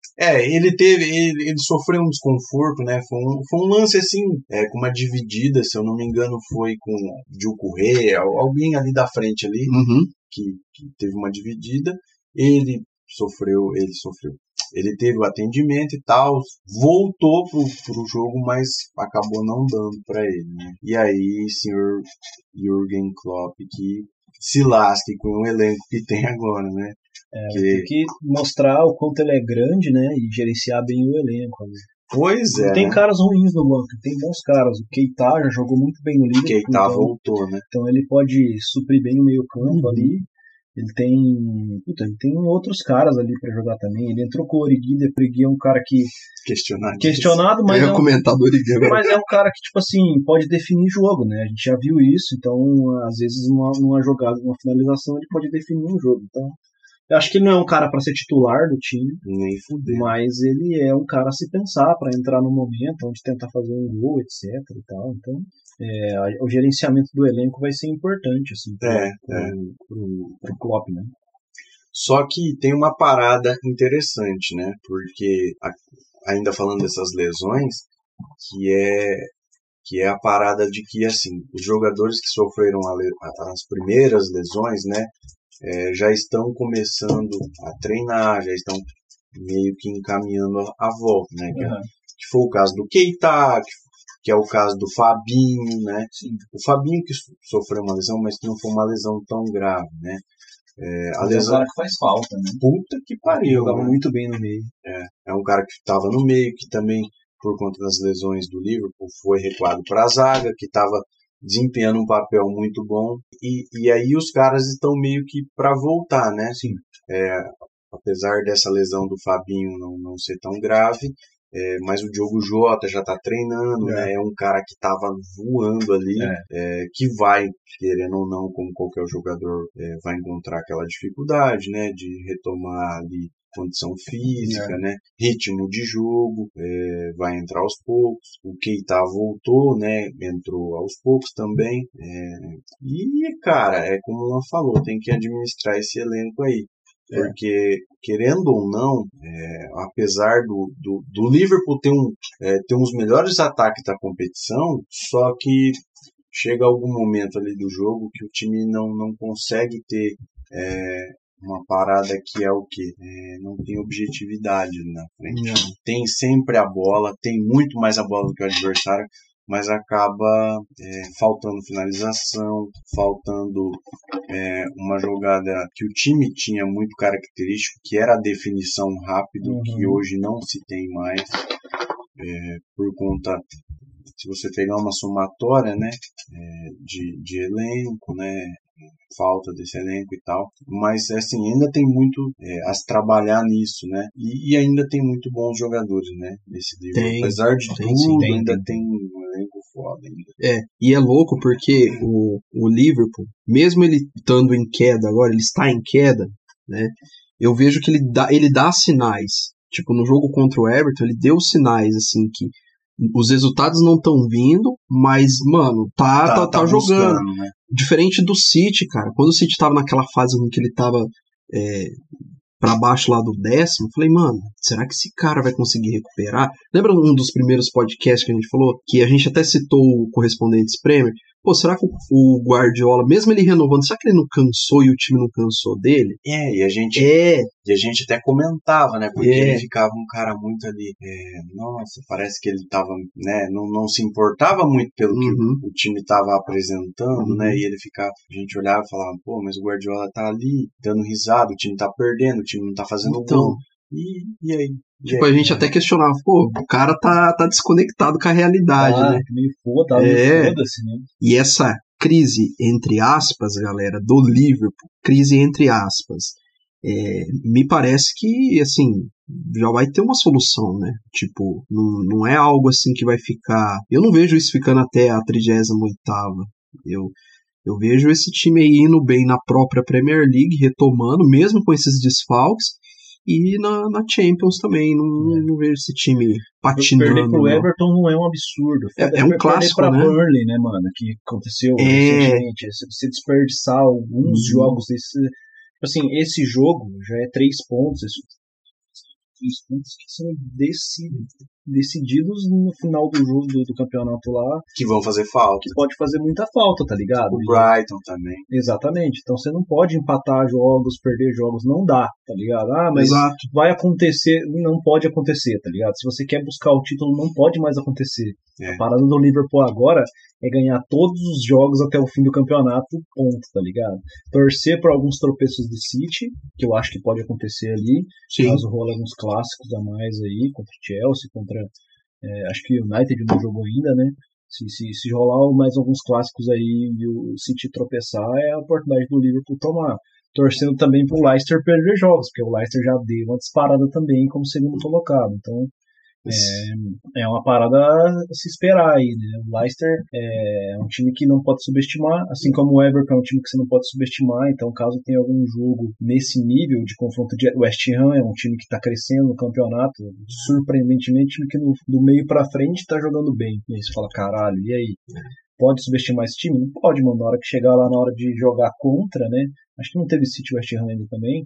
Speaker 3: Ele sofreu um desconforto, né? Foi um lance assim, com uma dividida, se eu não me engano, foi com o Gil Correa, alguém ali da frente ali, que teve uma dividida. Ele sofreu. Ele teve o atendimento e tal, voltou pro jogo, mas acabou não dando para ele, né? E aí, senhor Jürgen Klopp, que se lasque com o elenco que tem agora, né?
Speaker 2: Tem que mostrar o quanto ele é grande, né? E gerenciar bem o elenco. Né?
Speaker 3: Pois é.
Speaker 2: Não tem caras ruins no banco, tem bons caras. O Keita já jogou muito bem no Liverpool.
Speaker 3: O Keita
Speaker 2: então,
Speaker 3: voltou, né?
Speaker 2: Então ele pode suprir bem o meio campo ali. Ele tem outros caras ali pra jogar também. Ele entrou com o Origi, Origi é um cara que... Questionado, mas
Speaker 1: é um
Speaker 2: cara que, tipo assim, pode definir jogo, né? A gente já viu isso, então, às vezes, numa jogada, numa finalização, ele pode definir um jogo. Então, eu acho que ele não é um cara pra ser titular do time.
Speaker 3: Nem fudeu.
Speaker 2: Mas ele é um cara a se pensar pra entrar no momento, onde tentar fazer um gol, etc e tal. Então, o gerenciamento do elenco vai ser importante, assim, pro Klopp, né?
Speaker 3: Só que tem uma parada interessante, né? Porque, ainda falando dessas lesões, que é a parada de que, assim, os jogadores que sofreram as primeiras lesões, né? Já estão começando a treinar, já estão meio que encaminhando a volta, né? Que foi o caso do Keita, que é o caso do Fabinho, né?
Speaker 2: Sim.
Speaker 3: O Fabinho que sofreu uma lesão, mas que não foi uma lesão tão grave, né?
Speaker 2: A lesão é um cara que faz falta, né?
Speaker 3: Puta que pariu.
Speaker 2: Jogava
Speaker 3: né?
Speaker 2: muito bem no meio.
Speaker 3: É um cara que estava no meio, que também, por conta das lesões do Liverpool, foi recuado para a zaga, que estava desempenhando um papel muito bom. E aí os caras estão meio que para voltar, né?
Speaker 2: Sim.
Speaker 3: Apesar dessa lesão do Fabinho não ser tão grave, mas o Diogo Jota já está treinando, né? É um cara que estava voando ali, que vai, querendo ou não, como qualquer jogador, vai encontrar aquela dificuldade, né? De retomar ali condição física, né? Ritmo de jogo, vai entrar aos poucos. O Keita voltou, né? Entrou aos poucos também. E, cara, como ela falou, tem que administrar esse elenco aí. Porque, querendo ou não, apesar do Liverpool ter uns melhores ataques da competição, só que chega algum momento ali do jogo que o time não consegue ter uma parada que é o quê? Não tem objetividade na frente. Tem sempre a bola, tem muito mais a bola do que o adversário, mas acaba faltando finalização, faltando uma jogada que o time tinha muito característico, que era a definição rápido, que hoje não se tem mais, por conta, se você pegar uma somatória, né, de elenco, né, falta desse elenco e tal, mas assim, ainda tem muito a se trabalhar nisso, né, e ainda tem muito bons jogadores, né, nesse livro, apesar de tudo, ainda tem um elenco foda ainda.
Speaker 1: E é louco porque o Liverpool, mesmo ele estando em queda agora, ele está em queda, né, eu vejo que ele dá sinais, tipo, no jogo contra o Everton, ele deu sinais, assim, que os resultados não estão vindo, mas, mano, tá jogando.
Speaker 3: Buscando, né?
Speaker 1: Diferente do City, cara. Quando o City tava naquela fase em que ele tava pra baixo lá do 10º, eu falei, mano, será que esse cara vai conseguir recuperar? Lembra um dos primeiros podcasts que a gente falou? Que a gente até citou o Correspondentes Premier? Pô, será que o Guardiola, mesmo ele renovando, será que ele não cansou e o time não cansou dele?
Speaker 3: E a gente até comentava, né? Porque ele ficava um cara muito ali, nossa, parece que ele tava, né? Não se importava muito pelo que o time tava apresentando, né? E ele ficava, a gente olhava e falava, pô, mas o Guardiola tá ali, dando risada, o time tá perdendo, o time não tá fazendo gol. E aí?
Speaker 1: Tipo, a gente até questionava, pô, o cara tá desconectado com a realidade, né?
Speaker 2: Meio foda-se, né?
Speaker 1: E essa crise, entre aspas, galera, do Liverpool, crise entre aspas, me parece que, assim, já vai ter uma solução, né? Tipo, não é algo assim que vai ficar... Eu não vejo isso ficando até a 38ª. Eu vejo esse time aí indo bem na própria Premier League, retomando, mesmo com esses desfalques, e na Champions também, não vejo esse time patinando.
Speaker 2: Perder pro Everton não é um absurdo.
Speaker 1: É um clássico,
Speaker 2: pra
Speaker 1: né?
Speaker 2: Burnley, né, mano? Que aconteceu recentemente. Se você desperdiçar alguns jogos desse... Tipo assim, esse jogo já é 3 pontos. 3 pontos que são decididos no final do jogo do campeonato lá.
Speaker 3: Que vão fazer falta.
Speaker 2: Que pode fazer muita falta, tá ligado?
Speaker 3: O Brighton também.
Speaker 2: Exatamente. Então você não pode empatar jogos, perder jogos, não dá, tá ligado? Mas
Speaker 1: Exato.
Speaker 2: vai acontecer, não pode acontecer, tá ligado? Se você quer buscar o título, não pode mais acontecer. A parada do Liverpool agora é ganhar todos os jogos até o fim do campeonato, ponto, tá ligado? Torcer por alguns tropeços do City, que eu acho que pode acontecer ali, caso rola alguns clássicos a mais aí, contra o Chelsea, contra, acho que o United não jogou ainda, né? Se rolar mais alguns clássicos aí e o City tropeçar, é a oportunidade do Liverpool tomar. Torcendo também pro Leicester perder jogos, porque o Leicester já deu uma disparada também como segundo colocado, então é uma parada a se esperar aí, né? O Leicester é um time que não pode subestimar, assim como o Everton é um time que você não pode subestimar, então caso tenha algum jogo nesse nível de confronto de West Ham, é um time que tá crescendo no campeonato, surpreendentemente, time que do meio pra frente tá jogando bem. E aí você fala, caralho, e aí? Pode subestimar esse time? Não pode, mano. Na hora que chegar lá, na hora de jogar contra, né? Acho que não teve City West Ham ainda também.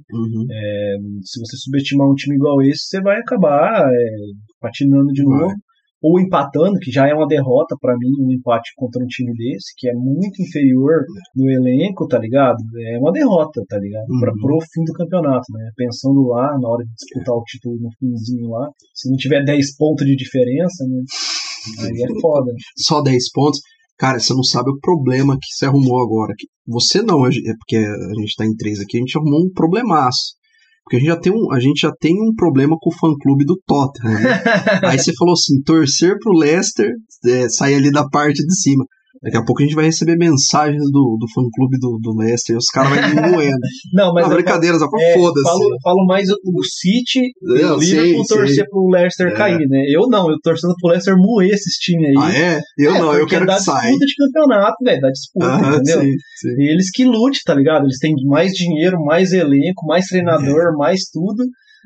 Speaker 2: Se você subestimar um time igual esse, você vai acabar patinando de novo. Ou empatando, que já é uma derrota pra mim, um empate contra um time desse, que é muito inferior no elenco, tá ligado? É uma derrota, tá ligado? Pro fim do campeonato, né? Pensando lá, na hora de disputar o título no finzinho lá, se não tiver 10 pontos de diferença, né? Aí é foda.
Speaker 1: Só 10 pontos. Cara, você não sabe o problema que você arrumou agora. Você não, é porque a gente tá em 3 aqui, a gente arrumou um problemaço. Porque a gente já tem um problema com o fã-clube do Tottenham, né? Aí você falou assim, torcer pro Leicester, sair ali da parte de cima. Daqui a pouco a gente vai receber mensagens do fã-clube do Leicester e os caras vão moendo.
Speaker 2: Não, mas
Speaker 1: brincadeira, só foda-se.
Speaker 2: Falo mais o City e o Liverpool torcer pro Leicester cair, né? Eu não, eu torcendo pro Leicester moer esses times aí.
Speaker 1: Ah, é? Eu não, eu quero que saia.
Speaker 2: Dá disputa de campeonato, velho, dá disputa, entendeu?
Speaker 1: Sim.
Speaker 2: E eles que lute, tá ligado? Eles têm mais dinheiro, mais elenco, mais treinador, mais tudo.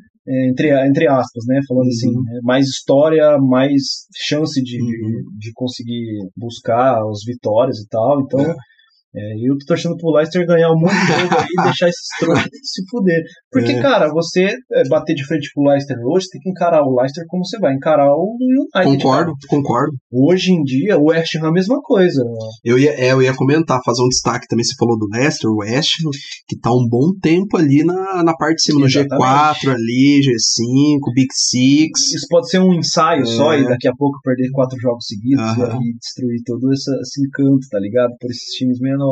Speaker 2: Entre aspas, né, falando assim, né, mais história, mais chance de conseguir buscar as vitórias e tal, então eu tô torcendo pro Leicester ganhar um monte de jogo aí e deixar esses trouxas se fuder, porque cara, você bater de frente pro Leicester hoje, você tem que encarar o Leicester como você vai encarar o United.
Speaker 1: Concordo.
Speaker 2: Hoje em dia, o West Ham é a mesma coisa.
Speaker 1: Eu ia comentar, fazer um destaque também, você falou do Leicester, o West Ham, que tá um bom tempo ali na parte de cima, no G4 ali, G5, Big Six.
Speaker 2: Isso pode ser um ensaio só e daqui a pouco perder 4 jogos seguidos e aí destruir todo esse encanto, tá ligado? Por esses times menores,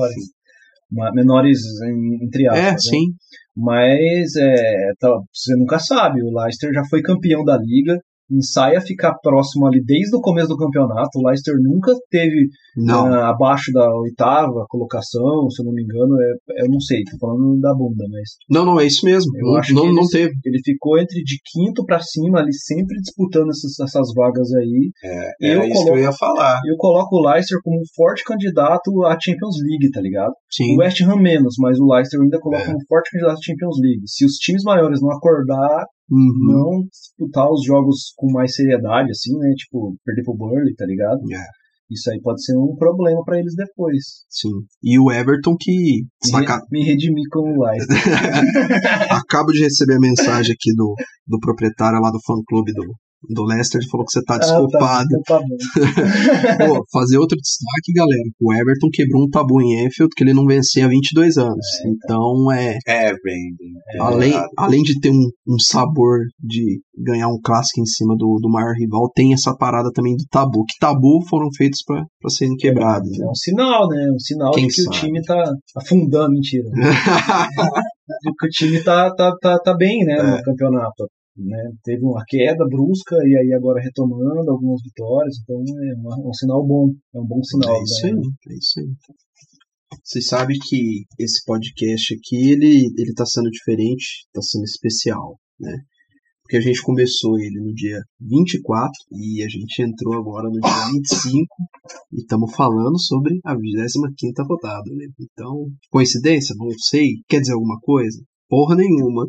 Speaker 2: entre aspas. Né?
Speaker 1: Sim.
Speaker 2: Mas você nunca sabe, o Leicester já foi campeão da Liga, ensaia ficar próximo ali desde o começo do campeonato. O Leicester nunca teve abaixo da 8ª colocação, se eu não me engano. Eu não sei, tô falando da bunda, mas...
Speaker 1: Não, é isso mesmo.
Speaker 2: Eu acho que não teve. Ele ficou entre de 5º pra cima ali, sempre disputando essas vagas aí.
Speaker 3: Isso que eu ia falar.
Speaker 2: Eu coloco o Leicester como um forte candidato à Champions League, tá ligado?
Speaker 1: Sim.
Speaker 2: O West Ham menos, mas o Leicester ainda coloca como forte candidato à Champions League. Se os times maiores não acordar, não disputar os jogos com mais seriedade, assim, né? Tipo, perder pro Burnley, tá ligado? Isso aí pode ser um problema pra eles depois.
Speaker 1: Sim. E o Everton que...
Speaker 2: Me redimir com o Leicester.
Speaker 1: Acabo de receber a mensagem aqui do proprietário lá do fã-clube do Leicester, ele falou que você tá desculpado.
Speaker 2: Tá bom.
Speaker 1: Pô, fazer outro destaque, galera. O Everton quebrou um tabu em Anfield que ele não vencia há 22 anos. Então
Speaker 3: bem
Speaker 1: além de ter um sabor de ganhar um clássico em cima do maior rival, tem essa parada também do tabu. Que tabu foram feitos pra serem quebrados.
Speaker 2: É um sinal, né? Um sinal de que o time tá afundando, mentira. De que o time tá bem, né, no campeonato. Né? Teve uma queda brusca e aí agora retomando algumas vitórias, então é um sinal bom, é um bom sinal.
Speaker 1: É isso aí. Vocês sabem que esse podcast aqui ele tá sendo diferente, tá sendo especial, né? Porque a gente começou ele no dia 24 e a gente entrou agora no dia 25 e estamos falando sobre a 25ª rodada, né? Então, coincidência? Não sei. Quer dizer alguma coisa? Porra nenhuma.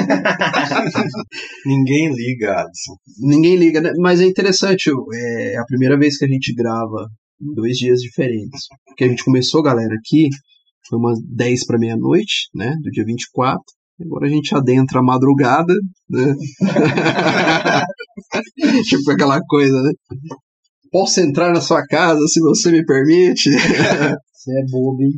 Speaker 3: Ninguém liga, Adson.
Speaker 1: Ninguém liga, né? Mas é interessante, é a primeira vez que a gente grava em 2 dias diferentes. Porque a gente começou, galera, aqui, foi umas 10 para meia-noite, né? Do dia 24. Agora a gente adentra a madrugada, né? Tipo aquela coisa, né? Posso entrar na sua casa se você me permite?
Speaker 2: Você é bobo, hein?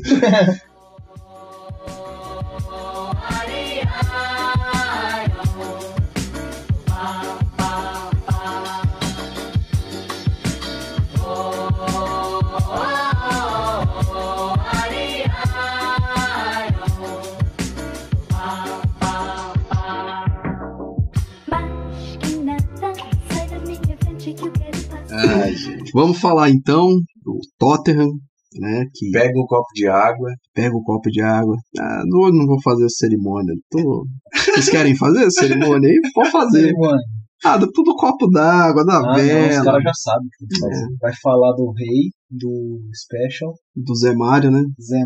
Speaker 1: Vamos falar então do Tottenham, né? Que
Speaker 3: Pega um copo de água.
Speaker 1: pega o copo de água. Não vou fazer a cerimônia. Vocês querem fazer a cerimônia aí? Pode fazer. Tudo copo d'água, da
Speaker 2: Não,
Speaker 1: vela.
Speaker 2: os caras já sabem o que fazer. Vai falar do rei, do Special,
Speaker 1: Do Zé Mário, né?
Speaker 2: Zé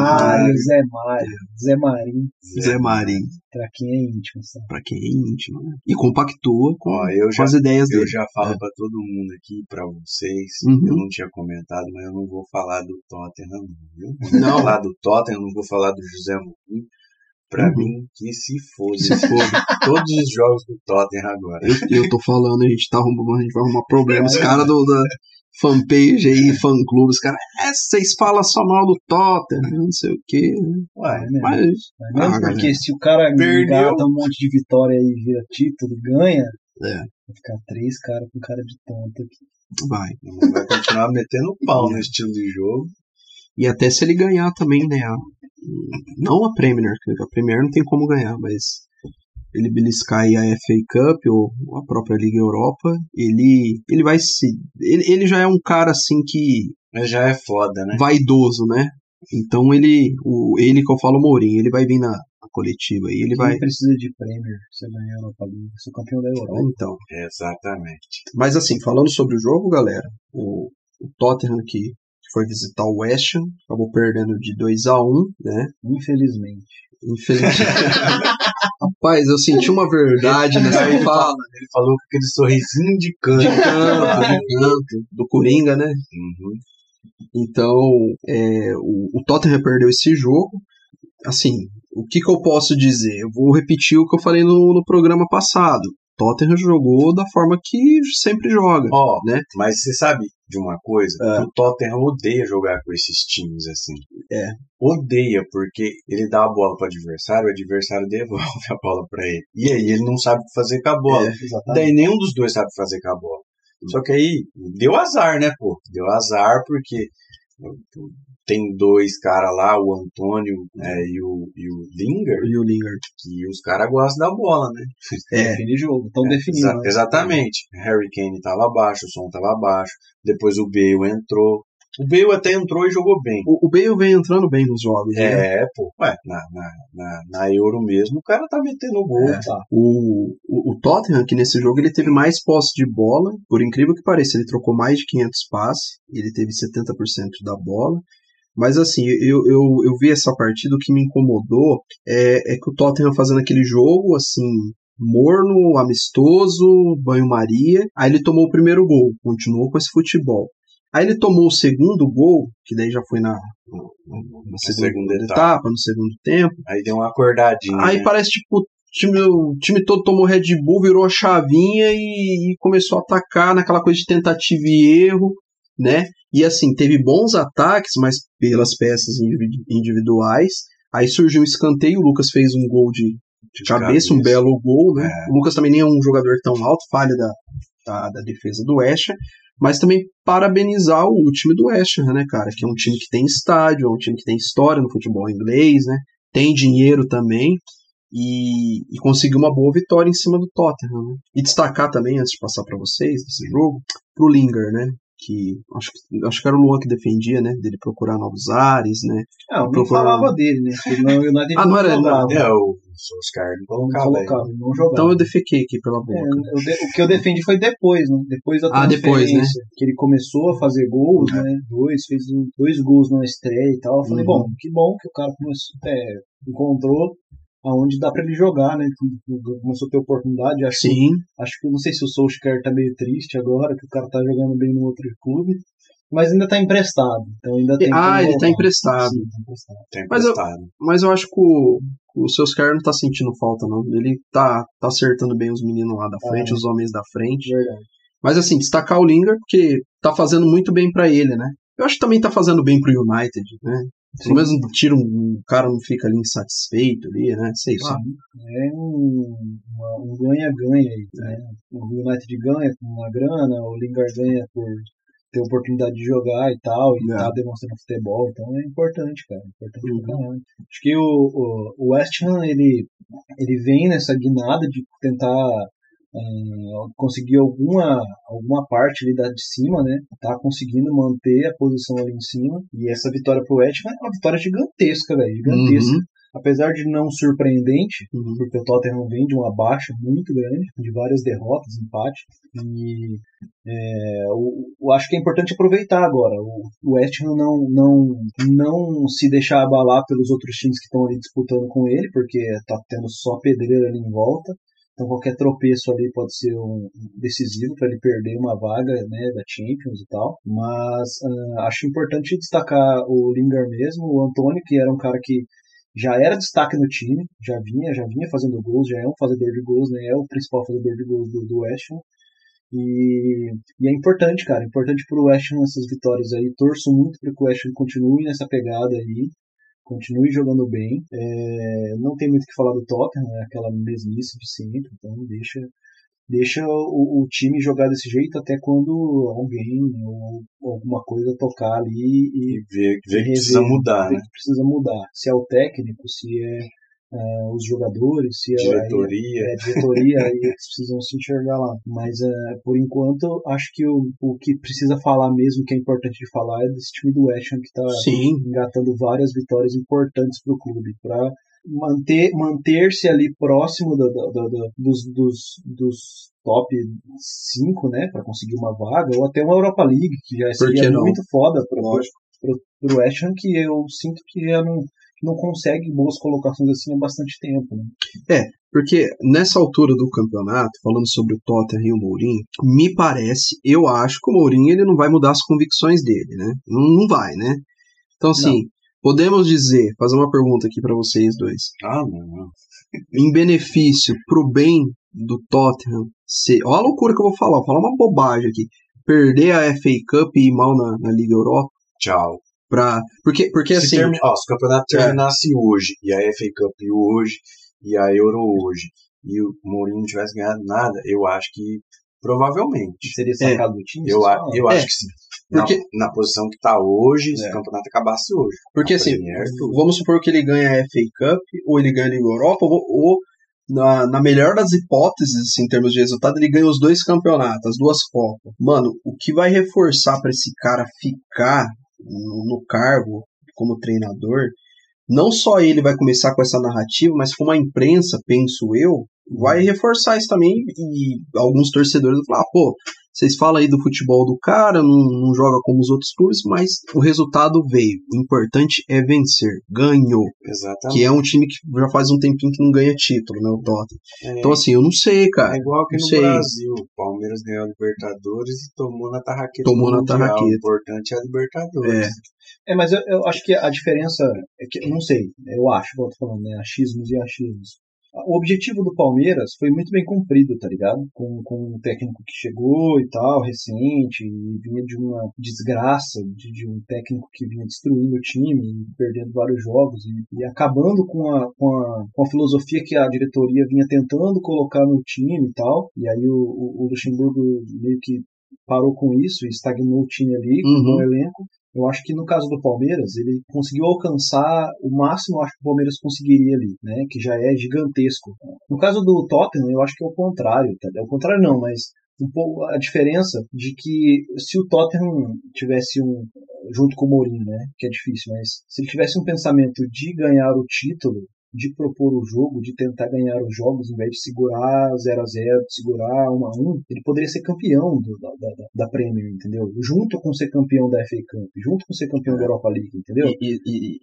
Speaker 2: Marinho, pra quem é íntimo, sabe?
Speaker 1: Pra quem é íntimo, né? E compactua com
Speaker 3: Eu
Speaker 1: as ideias
Speaker 3: Eu
Speaker 1: dele.
Speaker 3: já falo pra todo mundo aqui, pra vocês,
Speaker 1: Uhum.
Speaker 3: eu não tinha comentado, mas eu não vou falar do Tottenham, não, viu? Eu
Speaker 1: Não.
Speaker 3: vou falar do Tottenham, não vou falar do José Mourinho. Pra mim, que se foda. Todos os jogos do Tottenham agora.
Speaker 1: Eu tô falando, a gente vai arrumar problema. Os caras da fanpage aí, fã-clube, os caras, vocês falam só mal do Tottenham, não sei o quê.
Speaker 3: Ué,
Speaker 1: Mas
Speaker 2: Mesmo porque
Speaker 1: galera,
Speaker 2: se o cara
Speaker 3: Perdeu.
Speaker 2: engata um monte de vitória e vira título, ganha,
Speaker 1: É.
Speaker 2: vai ficar 3 caras com cara de tonto aqui.
Speaker 1: vai.
Speaker 3: vai continuar metendo pau no estilo de jogo.
Speaker 1: E até se ele ganhar também, né? Não a Premier, porque a Premier não tem como ganhar, mas ele beliscar aí a FA Cup ou a própria Liga Europa, ele vai se. Ele já é um cara assim que.
Speaker 3: Mas já é foda, né?
Speaker 1: Vaidoso, né? Então ele que eu falo Mourinho, ele vai vir na coletiva aí, ele
Speaker 2: Quem
Speaker 1: vai.
Speaker 2: precisa de Premier, você ganha a Europa League, você é campeão da Europa.
Speaker 1: Então.
Speaker 3: Exatamente.
Speaker 1: Mas assim, falando sobre o jogo, galera, o Tottenham que foi visitar o West Ham, acabou perdendo de 2-1, né?
Speaker 2: Infelizmente.
Speaker 1: Rapaz, eu senti uma verdade nessa fala.
Speaker 3: Ele falou com aquele sorrisinho de canto.
Speaker 1: Do Coringa, né?
Speaker 3: Uhum.
Speaker 1: Então, o Tottenham perdeu esse jogo. Assim, o que eu posso dizer? Eu vou repetir o que eu falei no programa passado. Tottenham jogou da forma que sempre joga, né?
Speaker 3: Mas você sabe de uma coisa? Que o Tottenham odeia jogar com esses times assim. Odeia, porque ele dá a bola para o adversário devolve a bola para ele. E aí ele não sabe o que fazer com a bola. Daí nenhum dos dois sabe fazer com a bola. Só que aí deu azar, né, pô? Deu azar porque tem 2 caras lá, o Antônio e o Lingard. Que os caras gostam da bola, né?
Speaker 2: Define jogo, estão definindo.
Speaker 3: Exatamente. Harry Kane tava abaixo, o Son tava abaixo. Depois o Bale entrou. O Bale até entrou e jogou bem.
Speaker 1: O Bale vem entrando bem nos jogos, né?
Speaker 3: Na Euro mesmo, o cara tá metendo gol. Tá.
Speaker 1: O Tottenham, que nesse jogo, ele teve mais posse de bola. Por incrível que pareça, ele trocou mais de 500 passes. Ele teve 70% da bola. Mas assim, eu vi essa partida, o que me incomodou é que o Tottenham fazendo aquele jogo, assim, morno, amistoso, banho-maria. Aí ele tomou o primeiro gol, continuou com esse futebol. Aí ele tomou o segundo gol, que daí já foi na segunda etapa, no segundo tempo.
Speaker 3: Aí deu uma acordadinha.
Speaker 1: Aí parece tipo o time todo tomou Red Bull, virou a chavinha e começou a atacar naquela coisa de tentativa e erro, né? E assim, teve bons ataques, mas pelas peças individuais. Aí surgiu um escanteio, o Lucas fez um gol de cabeça, um belo gol, né? O Lucas também nem é um jogador tão alto, falha da defesa do West Ham. Mas também parabenizar o time do West Ham, né, cara? Que é um time que tem estádio, é um time que tem história no futebol inglês, né? Tem dinheiro também e conseguiu uma boa vitória em cima do Tottenham, né? E destacar também, antes de passar para vocês, desse jogo, pro Lingard, né? Que acho que era o Luan que defendia, né? Dele procurar novos ares, né?
Speaker 2: Eu falava dele, né?
Speaker 1: Não era ele.
Speaker 3: O Solskjaer não colocava,
Speaker 2: não jogava.
Speaker 1: Então eu defequei aqui pela boca.
Speaker 2: O que eu defendi foi depois, né? Depois da transferência.
Speaker 1: Depois, né?
Speaker 2: Que ele começou a fazer gols, né? Fez 2 gols na estreia e tal. Eu falei, que bom que o cara encontrou aonde dá pra ele jogar, né? Começou a ter oportunidade. Acho que não sei se o Solskjaer tá meio triste agora, que o cara tá jogando bem no outro clube, mas ainda tá emprestado. Então ainda tem
Speaker 1: ele tá emprestado.
Speaker 2: Sim, tá emprestado.
Speaker 1: Mas eu acho que o Solskjaer não tá sentindo falta, não. Ele tá acertando bem os meninos lá da frente, os homens da frente.
Speaker 2: Verdade.
Speaker 1: Mas assim, destacar o Lingard, porque tá fazendo muito bem pra ele, né? Eu acho que também tá fazendo bem pro United, né? Pelo menos tira o cara não fica ali insatisfeito ali, né? Sei lá.
Speaker 2: É um ganha-ganha aí, né? O United ganha com uma grana, o Lingard ganha por ter oportunidade de jogar e tal, e tá demonstrando futebol, então é importante, cara, importante pra caramba. Acho que o West Ham, ele vem nessa guinada de tentar conseguir alguma parte ali de cima, né? Tá conseguindo manter a posição ali em cima, e essa vitória pro West Ham é uma vitória gigantesca, velho, gigantesca. Apesar de não surpreendente, porque o Tottenham vem de uma baixa muito grande, de várias derrotas, empate, e eu acho que é importante aproveitar agora. O West Ham não se deixar abalar pelos outros times que estão ali disputando com ele, porque tá tendo só pedreira ali em volta. Então qualquer tropeço ali pode ser decisivo para ele perder uma vaga, né, da Champions e tal. Mas acho importante destacar o Lingard mesmo, o Antônio, que era um cara que já era destaque no time, já vinha fazendo gols, já é um fazedor de gols, né, é o principal fazedor de gols do West Ham. E é importante, cara, importante pro West Ham essas vitórias aí. Torço muito para que o West Ham continue nessa pegada aí, continue jogando bem. Não tem muito o que falar do Tottenham, é aquela mesmice de sempre, então deixa o time jogar desse jeito até quando alguém ou alguma coisa tocar ali e
Speaker 3: ver que precisa mudar, né?
Speaker 2: Que precisa mudar. Se é o técnico, se é os jogadores, se
Speaker 3: diretoria.
Speaker 2: A diretoria, aí eles precisam se enxergar lá. Mas por enquanto, acho que o que precisa falar mesmo, que é importante de falar, é desse time do West Ham que está engatando várias vitórias importantes para o clube, para manter-se ali próximo dos top 5, né, para conseguir uma vaga, ou até uma Europa League, que já seria muito foda pro West Ham, que eu sinto que já não consegue boas colocações assim há bastante tempo, né?
Speaker 1: Porque nessa altura do campeonato, falando sobre o Tottenham e o Mourinho, me parece, eu acho que o Mourinho ele não vai mudar as convicções dele, né? Não vai, né? Então, assim, podemos dizer, fazer uma pergunta aqui para vocês dois.
Speaker 3: Não.
Speaker 1: Em benefício, pro bem do Tottenham, olha a loucura que eu vou falar uma bobagem aqui. Perder a FA Cup e ir mal na Liga Europa.
Speaker 3: Tchau.
Speaker 1: Porque assim...
Speaker 3: se o campeonato terminasse hoje, e a FA Cup hoje, e a Euro hoje, e o Mourinho não tivesse ganhado nada, eu acho que provavelmente
Speaker 2: seria sacado do time?
Speaker 3: Eu acho que sim. Na posição que está hoje, se o campeonato acabasse hoje.
Speaker 1: Porque assim, vamos supor que ele ganha a FA Cup, ou ele ganha a Liga Europa, ou na melhor das hipóteses, assim, em termos de resultado, ele ganha os 2 campeonatos, as 2 Copas. Mano, o que vai reforçar para esse cara ficar no cargo como treinador, não só ele vai começar com essa narrativa, mas como a imprensa, penso eu, vai reforçar isso também, e alguns torcedores vão falar, vocês falam aí do futebol do cara, não joga como os outros clubes, mas o resultado veio. O importante é vencer. Ganhou.
Speaker 3: Exatamente.
Speaker 1: Que é um time que já faz um tempinho que não ganha título, né, o Tottenham. Então, assim, eu não sei, cara.
Speaker 3: É igual que no Brasil. O Palmeiras ganhou a Libertadores e tomou na tarraqueta. O importante é a Libertadores.
Speaker 2: Mas eu acho que a diferença é que, não sei, eu acho, como eu tô falando, né, achismos e achismos. O objetivo do Palmeiras foi muito bem cumprido, tá ligado? Com um técnico que chegou e tal, recente, e vinha de uma desgraça, de um técnico que vinha destruindo o time, perdendo vários jogos, e acabando com a filosofia que a diretoria vinha tentando colocar no time e tal. E aí o Luxemburgo meio que parou com isso e estagnou o time ali, com o elenco. Eu acho que no caso do Palmeiras, ele conseguiu alcançar o máximo, acho que o Palmeiras conseguiria ali, né? Que já é gigantesco. No caso do Tottenham, eu acho que é o contrário, tá? É o contrário não, mas um pouco a diferença de que se o Tottenham tivesse junto com o Mourinho, né? Que é difícil, mas se ele tivesse um pensamento de ganhar o título, de propor o jogo, de tentar ganhar os jogos, em vez de segurar 0-0, de segurar 1-1, ele poderia ser campeão da Premier, entendeu? Junto com ser campeão da FA Cup, junto com ser campeão da Europa League, entendeu?
Speaker 1: E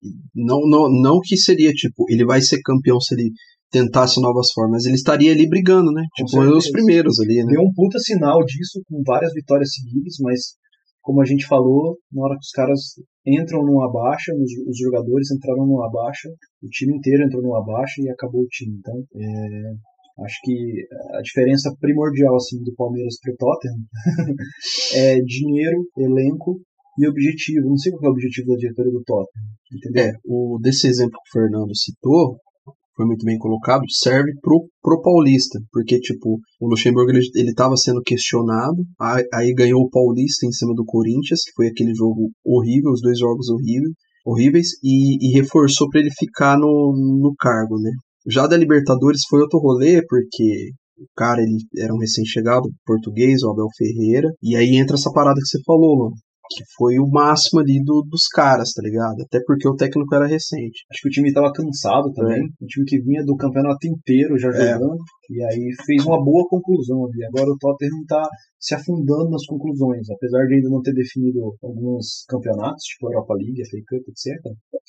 Speaker 1: não que seria, tipo, ele vai ser campeão se ele tentasse novas formas, ele estaria ali brigando, né? Tipo, os primeiros ali, né?
Speaker 2: Deu um puta sinal disso, com várias vitórias seguidas, mas como a gente falou, na hora que os caras entram numa baixa, os jogadores entraram numa baixa, o time inteiro entrou numa baixa e acabou o time. Então, acho que a diferença primordial assim, do Palmeiras pro Tottenham é dinheiro, elenco e objetivo. Não sei qual é o objetivo da diretoria do Tottenham, entendeu?
Speaker 1: Desse exemplo que o Fernando citou, foi muito bem colocado, serve pro Paulista, porque, tipo, o Luxemburgo, ele tava sendo questionado, aí ganhou o Paulista em cima do Corinthians, que foi aquele jogo horrível, os 2 jogos horríveis, e reforçou para ele ficar no cargo, né? Já da Libertadores foi outro rolê, porque o cara, ele era um recém-chegado português, o Abel Ferreira, e aí entra essa parada que você falou, mano, que foi o máximo ali dos caras, tá ligado? Até porque o técnico era recente.
Speaker 2: Acho que o time tava cansado também, um time que vinha do campeonato inteiro já jogando, e aí fez uma boa conclusão ali. Agora o Tottenham tá se afundando nas conclusões, apesar de ainda não ter definido alguns campeonatos, tipo a Europa League, a FA Cup, etc.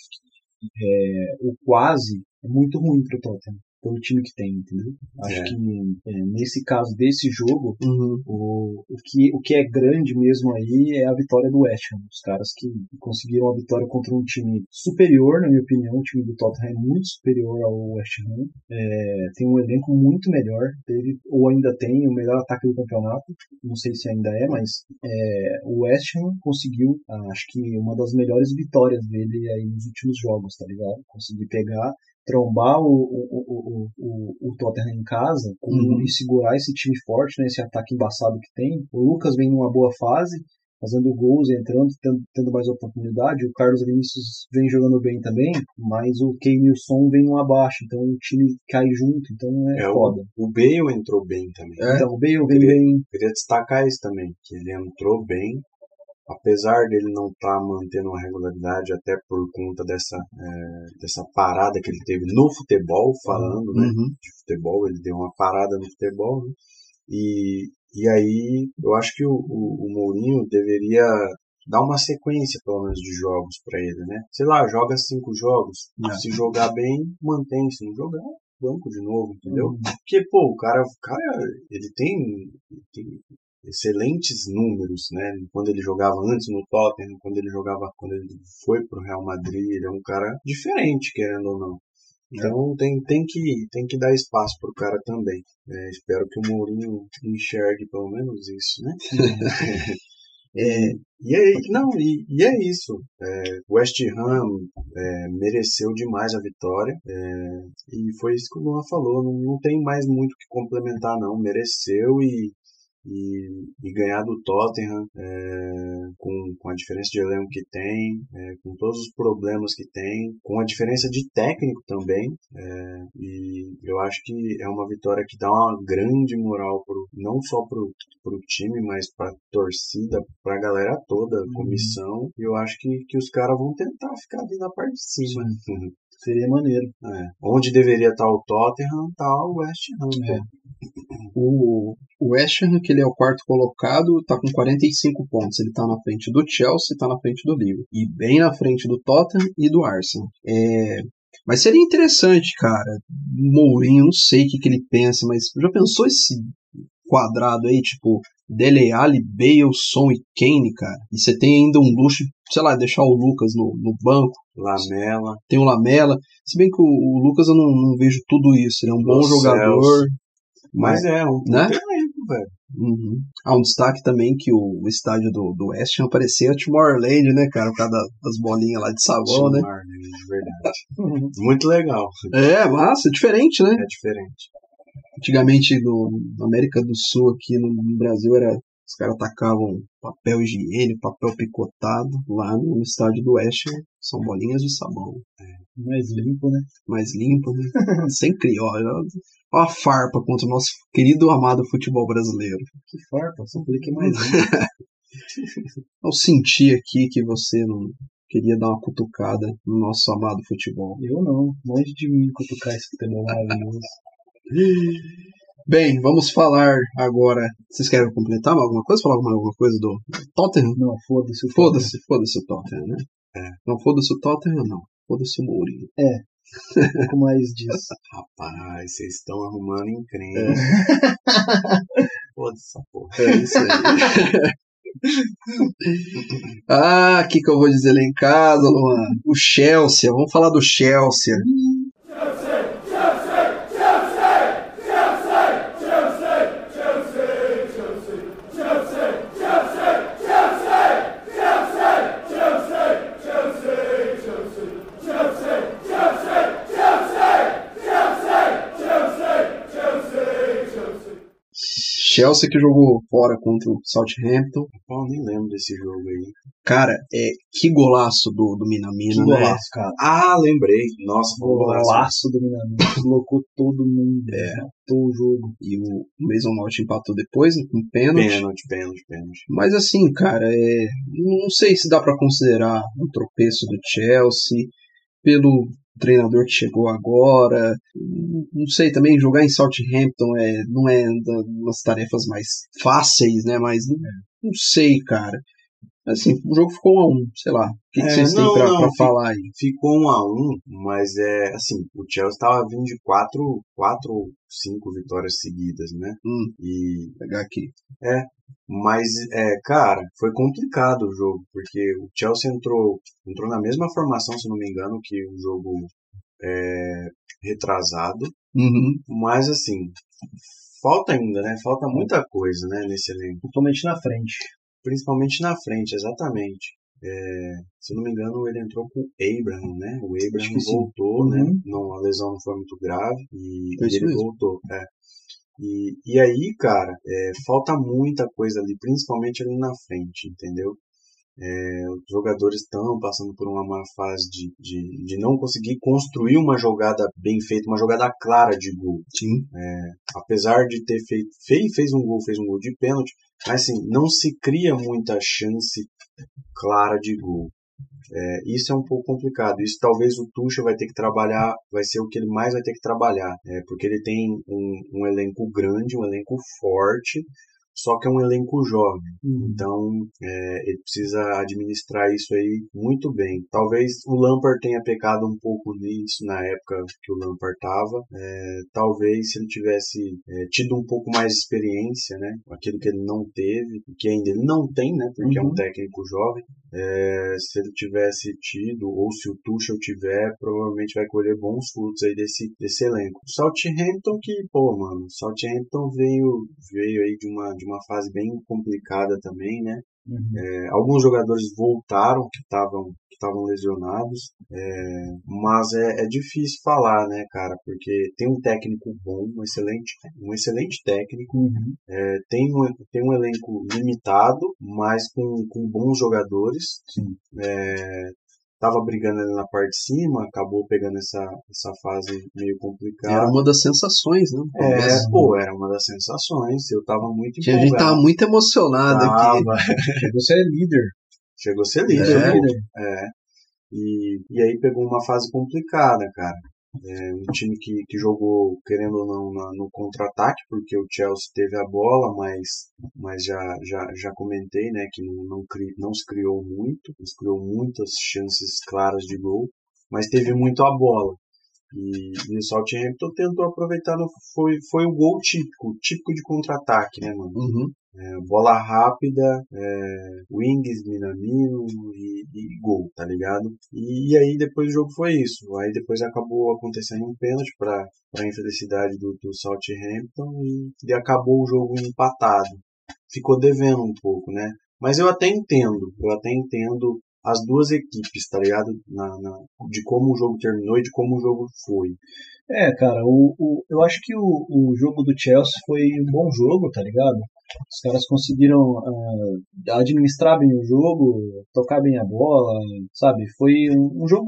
Speaker 2: O quase é muito ruim pro Tottenham, pelo time que tem, entendeu? Acho que nesse caso desse jogo, o que é grande mesmo aí é a vitória do West Ham. Os caras que conseguiram a vitória contra um time superior, na minha opinião. O time do Tottenham é muito superior ao West Ham. Tem um elenco muito melhor, teve ou ainda tem o melhor ataque do campeonato. Não sei se ainda é, mas o West Ham conseguiu, acho que uma das melhores vitórias dele aí nos últimos jogos, tá ligado? Conseguir pegar, trombar o Tottenham em casa e segurar esse time forte, né, esse ataque embaçado que tem. O Lucas vem numa boa fase, fazendo gols, entrando, tendo mais oportunidade. O Carlos Vinícius vem jogando bem também, mas o Kane e o Son vem numa baixa, então o time cai junto, então foda.
Speaker 3: O Bale entrou bem também.
Speaker 2: Então o Bale vem bem.
Speaker 3: Queria destacar isso também, que ele entrou bem, apesar dele não estar mantendo uma regularidade, até por conta dessa parada que ele teve no futebol, falando, né, de futebol, ele deu uma parada no futebol, né, e aí eu acho que o Mourinho deveria dar uma sequência, pelo menos, de jogos para ele, né, sei lá, joga 5 jogos, se jogar bem, mantém, se não jogar, banco de novo, entendeu? Porque, pô, o cara ele tem excelentes números, né? Quando ele jogava antes no Tottenham, quando ele foi pro Real Madrid, ele é um cara diferente, querendo ou não. Então tem que dar espaço pro cara também. Espero que o Mourinho enxergue pelo menos isso, né? E é isso. O West Ham mereceu demais a vitória, e foi isso que o Luan falou. Não tem mais muito o que complementar, não. Mereceu e ganhar do Tottenham, com a diferença de elenco que tem, com todos os problemas que tem, com a diferença de técnico também, e eu acho que é uma vitória que dá uma grande moral não só pro time, mas pra torcida, pra galera toda, comissão, e eu acho que os caras vão tentar ficar ali na parte de cima.
Speaker 2: Seria maneiro.
Speaker 3: Onde deveria estar o Tottenham, tá o West Ham.
Speaker 1: O West Ham, que ele é o 4º colocado, tá com 45 pontos. Ele tá na frente do Chelsea, tá na frente do Liverpool. E bem na frente do Tottenham e do Arsenal. Mas seria interessante, cara. Mourinho, não sei o que ele pensa, mas já pensou esse quadrado aí, tipo, Dele Alli, Bale, Son e Kane, cara? E você tem ainda um luxo, sei lá, deixar o Lucas no banco.
Speaker 3: Lamela.
Speaker 1: Tem o Lamela. Se bem que o Lucas eu não vejo tudo isso. Ele é um bom jogador.
Speaker 3: Mas um
Speaker 1: né?
Speaker 3: tempo, velho.
Speaker 1: Há um destaque também que o estádio do West Ham parecia Tomorrowland, né, cara? Por causa das bolinhas lá de sabão, né?
Speaker 3: Tomorrowland, verdade. Muito legal.
Speaker 1: Massa, é diferente, né?
Speaker 3: É diferente.
Speaker 1: Antigamente na América do Sul, aqui no Brasil, os caras tacavam papel higiênico, papel picotado. Lá no estádio do West Ham são bolinhas de sabão.
Speaker 2: Mais limpo, né?
Speaker 1: Mais limpo, né? Sem criar. Ó a farpa contra o nosso querido amado futebol brasileiro.
Speaker 2: Que farpa? Só falei que é mais limpo.
Speaker 1: Eu senti aqui que você não queria dar uma cutucada no nosso amado futebol.
Speaker 2: Eu não. Longe de mim cutucar esse futebol maravilhoso.
Speaker 1: Bem, vamos falar agora. Vocês querem completar alguma coisa? Falar alguma coisa do Tottenham?
Speaker 2: Não, foda-se o
Speaker 1: Tottenham. Foda-se o Tottenham, né? Não, foda-se o Tottenham, não. Foda-se o Mourinho.
Speaker 2: Um pouco mais disso.
Speaker 3: Rapaz, vocês estão arrumando encrenca. Foda-se essa porra.
Speaker 1: Isso aí. Ah, o que eu vou dizer lá em casa, Luan? O Chelsea, vamos falar do Chelsea. Chelsea que jogou fora contra o Southampton.
Speaker 3: Pô, nem lembro desse jogo aí.
Speaker 1: Cara, que golaço do Minamino,
Speaker 2: Que golaço, cara.
Speaker 3: Ah, lembrei. Nossa, foi um golaço.
Speaker 2: Golaço do Minamino. Deslocou todo mundo. Matou o jogo.
Speaker 1: E o Mason Mount empatou depois, né, com pênalti.
Speaker 3: Pênalti.
Speaker 1: Mas assim, cara, não sei se dá pra considerar um tropeço do Chelsea pelo treinador que chegou agora. Não sei, também jogar em Southampton não é das tarefas mais fáceis, né? Mas não sei, cara. Assim, o jogo ficou 1-1, sei lá. O que vocês têm pra falar aí?
Speaker 3: Ficou 1-1, mas assim, o Chelsea estava vindo de 4 ou 5 vitórias seguidas, né?
Speaker 1: E pegar aqui.
Speaker 3: Mas, cara, foi complicado o jogo, porque o Chelsea entrou na mesma formação, se não me engano, que o jogo retrasado. Mas, assim, falta ainda, né? Falta muita coisa, né, nesse elenco.
Speaker 2: Principalmente na frente,
Speaker 3: exatamente. Se não me engano, ele entrou com o Abraham, né? O Abraham
Speaker 2: sim.
Speaker 3: voltou, né? Não, a lesão não foi muito grave e ele
Speaker 1: mesmo.
Speaker 3: voltou. E aí, cara, falta muita coisa ali, principalmente ali na frente, entendeu? Os jogadores estão passando por uma má fase de não conseguir construir uma jogada bem feita, uma jogada clara de gol.
Speaker 1: Sim.
Speaker 3: Apesar de ter fez um gol de pênalti, mas assim, não se cria muita chance clara de gol. Isso é um pouco complicado. Isso talvez o Tuchel vai ter que trabalhar, vai ser o que ele mais vai ter que trabalhar, porque ele tem um elenco grande, um elenco forte, só que é um elenco jovem. Então, ele precisa administrar isso aí muito bem. Talvez o Lampard tenha pecado um pouco nisso na época que o Lampard estava. Talvez se ele tivesse tido um pouco mais de experiência, né? Aquilo que ele não teve, que ainda ele não tem, né? Porque é um técnico jovem. Se ele tivesse tido, ou se o Tuchel tiver, provavelmente vai colher bons frutos aí desse elenco. O Southampton o Southampton veio aí de uma fase bem complicada também, né? Alguns jogadores voltaram que estavam lesionados, mas é difícil falar, né, cara, porque tem um técnico bom, um excelente técnico, tem um elenco limitado, mas com bons jogadores. Tava brigando ali na parte de cima, acabou pegando essa fase meio complicada.
Speaker 1: Era uma das sensações, né?
Speaker 3: Era uma das sensações. Eu tava muito empolgado.
Speaker 1: A gente tava muito emocionado aqui.
Speaker 2: Chegou a ser líder.
Speaker 3: E aí pegou uma fase complicada, cara. Um time que jogou, querendo ou não, no contra-ataque, porque o Chelsea teve a bola, mas já comentei, né, que não se criou muito, não se criou muitas chances claras de gol, mas teve muito a bola. E o Southampton tentou aproveitar, foi o gol típico de contra-ataque, né, mano? Bola rápida, wings, Minamino e gol, tá ligado? E aí depois o jogo foi isso. Aí depois acabou acontecendo um pênalti pra infelicidade do Southampton e acabou o jogo empatado. Ficou devendo um pouco, né? Mas eu até entendo as duas equipes, tá ligado? De como o jogo terminou e de como o jogo foi.
Speaker 2: Cara, eu acho que o jogo do Chelsea foi um bom jogo, tá ligado? Os caras conseguiram administrar bem o jogo, tocar bem a bola, sabe? Foi um jogo,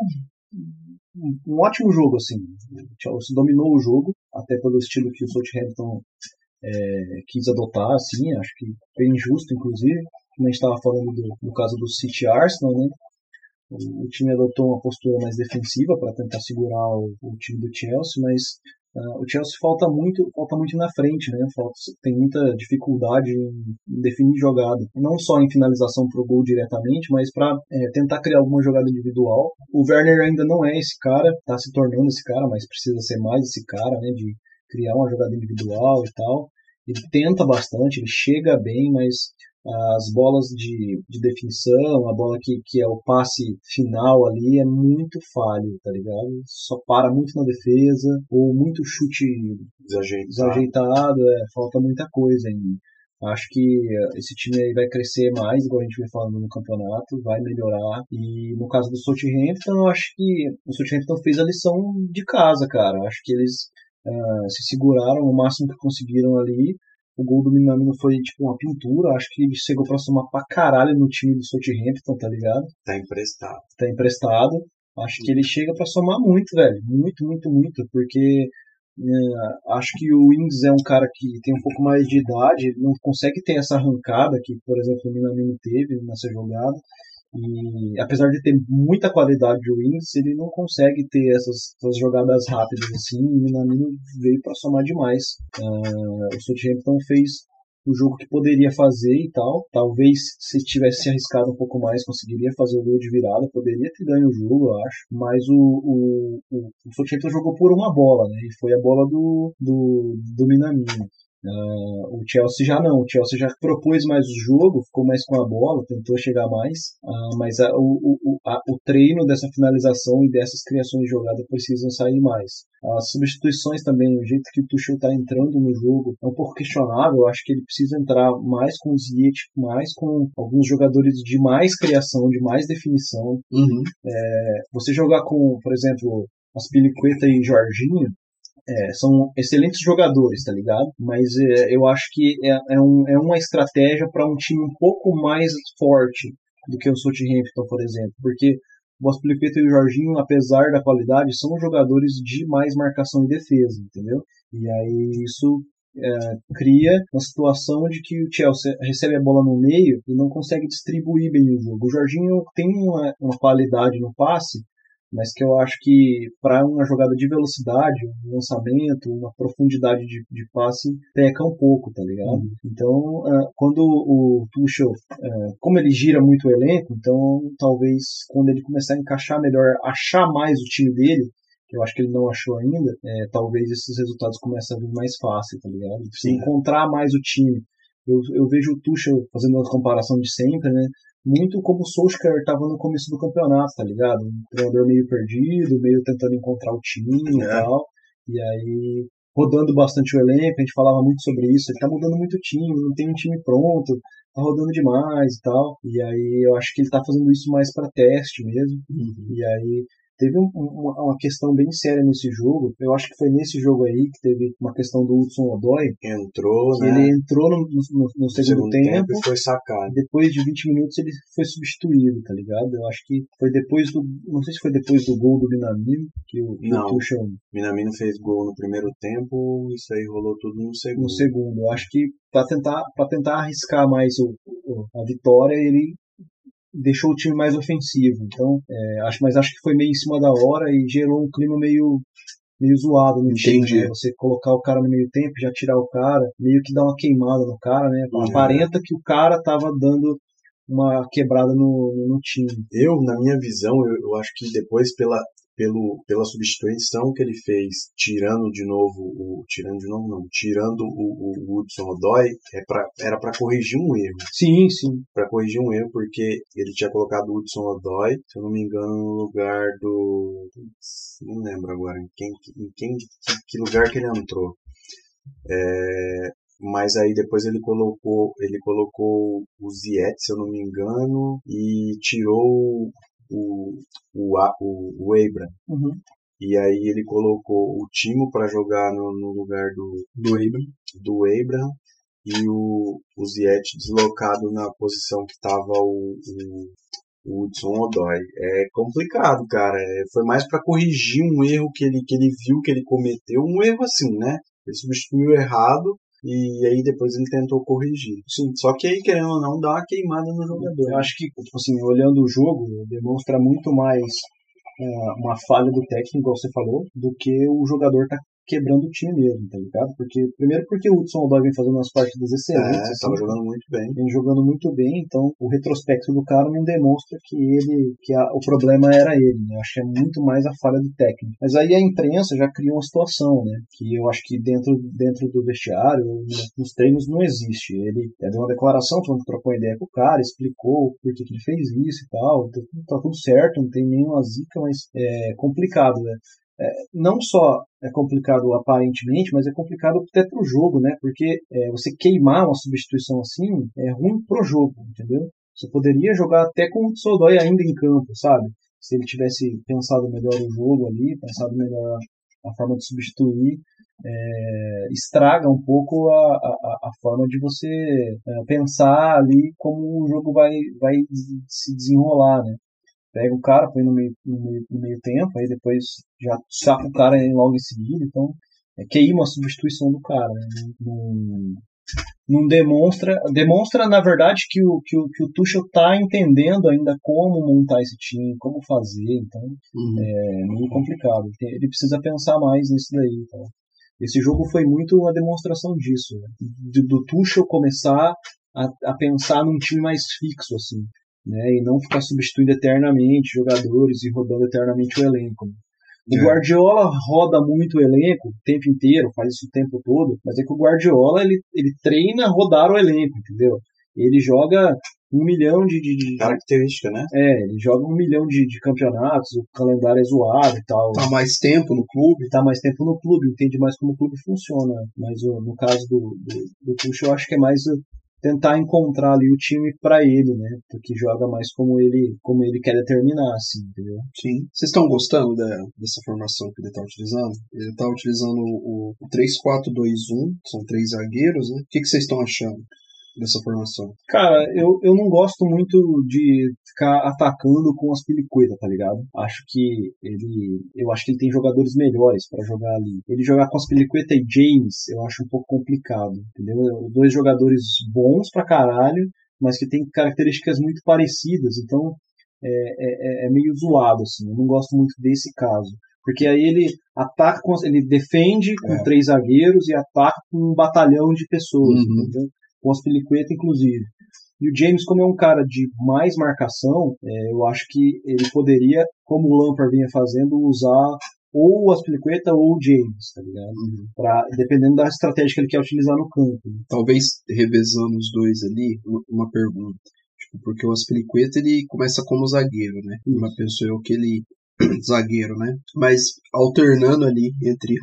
Speaker 2: um ótimo jogo, assim. O Chelsea dominou o jogo, até pelo estilo que o Southampton quis adotar, assim, acho que foi injusto, inclusive. Como a gente estava falando do caso do City Arsenal, né? O time adotou uma postura mais defensiva para tentar segurar o time do Chelsea, mas o Chelsea falta muito na frente, né? Tem muita dificuldade em definir jogada, não só em finalização para o gol diretamente, mas para tentar criar alguma jogada individual. O Werner ainda não é esse cara, está se tornando esse cara, mas precisa ser mais esse cara, né? De criar uma jogada individual e tal. Ele tenta bastante, ele chega bem, mas as bolas de definição, a bola que é o passe final ali é muito falho, tá ligado? Só para muito na defesa, ou muito chute desajeitado, falta muita coisa ainda. Acho que esse time aí vai crescer mais, igual a gente vem falando no campeonato, vai melhorar. E no caso do Southampton, eu acho que o Southampton fez a lição de casa, cara. Eu acho que eles se seguraram o máximo que conseguiram ali. O gol do Minamino foi tipo uma pintura. Acho que ele chegou pra somar pra caralho no time do Southampton, tá ligado?
Speaker 3: Tá emprestado.
Speaker 2: Tá emprestado. Acho que ele chega pra somar muito, velho. Muito, muito, muito. Porque acho que o Ings é um cara que tem um pouco mais de idade, ele não consegue ter essa arrancada que, por exemplo, o Minamino teve nessa jogada. E apesar de ter muita qualidade o Ings, ele não consegue ter essas jogadas rápidas assim. E o Minamino veio para somar demais. O Southampton fez o jogo que poderia fazer e tal. Talvez se tivesse se arriscado um pouco mais, conseguiria fazer o gol de virada, poderia ter ganho o jogo, eu acho. Mas o Southampton jogou por uma bola, né? E foi a bola do Minamino. O Chelsea já não, o Chelsea já propôs mais o jogo, ficou mais com a bola, tentou chegar mais, mas o treino dessa finalização e dessas criações de jogada precisam sair mais. As substituições também, o jeito que o Tuchel está entrando no jogo é um pouco questionável. Eu acho que ele precisa entrar mais com o Ziyech, mais com alguns jogadores de mais criação, de mais definição. Você jogar com, por exemplo, Azpilicueta e Jorginho, são excelentes jogadores, tá ligado? Mas eu acho que é uma estratégia para um time um pouco mais forte do que o Southampton, por exemplo, porque o Azpilicueta e o Jorginho, apesar da qualidade, são jogadores de mais marcação e defesa, entendeu? E aí isso cria uma situação de que o Chelsea recebe a bola no meio e não consegue distribuir bem o jogo. O Jorginho tem uma qualidade no passe, mas que eu acho que para uma jogada de velocidade, um lançamento, uma profundidade de passe, peca um pouco, tá ligado? Então, quando o Tuchel, como ele gira muito o elenco, então talvez quando ele começar a encaixar melhor, achar mais o time dele, que eu acho que ele não achou ainda, talvez esses resultados comecem a vir mais fácil, tá ligado? Se encontrar mais o time. Eu vejo o Tuchel fazendo uma comparação de sempre, né? Muito como o Solskjaer estava no começo do campeonato, tá ligado? Um treinador meio perdido, meio tentando encontrar o time e tal. E aí, rodando bastante o elenco, a gente falava muito sobre isso. Ele tá mudando muito o time, não tem um time pronto, tá rodando demais e tal. E aí, eu acho que ele tá fazendo isso mais para teste mesmo. E aí, teve uma questão bem séria nesse jogo. Eu acho que foi nesse jogo aí que teve uma questão do Hudson-Odoi. Ele entrou no segundo tempo
Speaker 3: e foi sacado.
Speaker 2: Depois de 20 minutos ele foi substituído, tá ligado? Eu acho que foi depois do... Não sei se foi depois do gol do Minamino que o Tuchel...
Speaker 3: Minamino fez gol no primeiro tempo, isso aí rolou tudo no segundo.
Speaker 2: No segundo. Eu acho que pra tentar arriscar mais a vitória, ele deixou o time mais ofensivo. Então, acho que foi meio em cima da hora e gerou um clima meio zoado no time, né? Você colocar o cara no meio tempo, já tirar o cara, meio que dá uma queimada no cara, né? Aparenta que o cara tava dando uma quebrada no time.
Speaker 3: Na minha visão, eu acho que depois pela substituição que ele fez, tirando o Hudson-Odoi, era para corrigir um erro.
Speaker 2: Sim.
Speaker 3: Para corrigir um erro, porque ele tinha colocado o Hudson-Odoi, se eu não me engano, no lugar do... Não lembro agora em que lugar que ele entrou. Mas aí depois ele colocou o Ziyech, se eu não me engano, e tirou o Abraham. E aí ele colocou o Timo para jogar no lugar do Abraham e o Ziyech deslocado na posição que estava o Hudson-Odoi. É complicado, cara. Foi mais para corrigir um erro que ele viu que ele cometeu, um erro assim, né? Ele substituiu errado e aí depois ele tentou corrigir.
Speaker 2: Sim.
Speaker 3: Só que aí, querendo ou não, dá uma queimada no jogador.
Speaker 2: Eu acho que, tipo assim, olhando o jogo, demonstra muito mais uma falha do técnico, como você falou, do que o jogador tá quebrando o time mesmo, tá ligado? Primeiro porque o Hudson Odoi vem fazendo umas partidas excelentes. Assim,
Speaker 3: tava jogando muito bem.
Speaker 2: Vem jogando muito bem, então o retrospecto do cara não demonstra o problema era ele, né? Eu acho que é muito mais a falha do técnico. Mas aí a imprensa já cria uma situação, né? Que eu acho que dentro do vestiário, nos treinos, não existe. Ele deu uma declaração falando que trocou ideia com o cara, explicou por que ele fez isso e tal. Tá tudo certo, não tem nenhuma zica, mas é complicado, né? Não só é complicado aparentemente, mas é complicado até pro jogo, né? Porque você queimar uma substituição assim é ruim pro jogo, entendeu? Você poderia jogar até com o Sodói ainda em campo, sabe? Se ele tivesse pensado melhor o jogo ali, pensado melhor a forma de substituir, estraga um pouco a forma de você pensar ali como o jogo vai se desenrolar, né? Pega o cara, põe no meio tempo, aí depois já saca o cara logo em seguida, então queima a substituição do cara, né? Não demonstra na verdade que o Tuchel tá entendendo ainda como montar esse time, como fazer, então é meio complicado. Ele precisa pensar mais nisso daí, tá? Esse jogo foi muito uma demonstração disso, né? Do Tuchel começar a pensar num time mais fixo, assim, né? E não ficar substituindo eternamente jogadores e rodando eternamente o elenco. O Guardiola roda muito o elenco o tempo inteiro, faz isso o tempo todo, mas é que o Guardiola ele treina rodar o elenco, entendeu? Ele joga 1 milhão de
Speaker 3: característica, né?
Speaker 2: Ele joga 1 milhão de campeonatos, o calendário é zoado e tal.
Speaker 1: Tá mais tempo no clube?
Speaker 2: Tá mais tempo no clube, entende mais como o clube funciona. Mas no caso do Tuchel, eu acho que é mais tentar encontrar ali o time para ele, né? Porque joga mais como ele quer determinar, assim, entendeu?
Speaker 1: Sim. Vocês estão gostando dessa formação que ele está utilizando? Ele está utilizando o 3-4-2-1, são 3 zagueiros, né? O que vocês estão achando dessa formação?
Speaker 2: Cara, eu não gosto muito de ficar atacando com as pilicuetas, tá ligado? Eu acho que ele tem jogadores melhores para jogar ali. Ele jogar com as pilicuetas e James, eu acho um pouco complicado, entendeu? 2 jogadores bons pra caralho, mas que tem características muito parecidas, então é meio zoado, assim. Eu não gosto muito desse caso. Porque aí ele defende com 3 zagueiros e ataca com um batalhão de pessoas, entendeu? Com as pilicuetas, inclusive. E o James, como é um cara de mais marcação, eu acho que ele poderia, como o Lampard vinha fazendo, usar ou as pilicuetas ou o James, tá ligado? Dependendo da estratégia que ele quer utilizar no campo.
Speaker 1: Talvez revezando os dois ali, uma pergunta. Porque o Aspilicueta ele começa como zagueiro, né? Uma pessoa que ele zagueiro, né? Mas alternando ali entre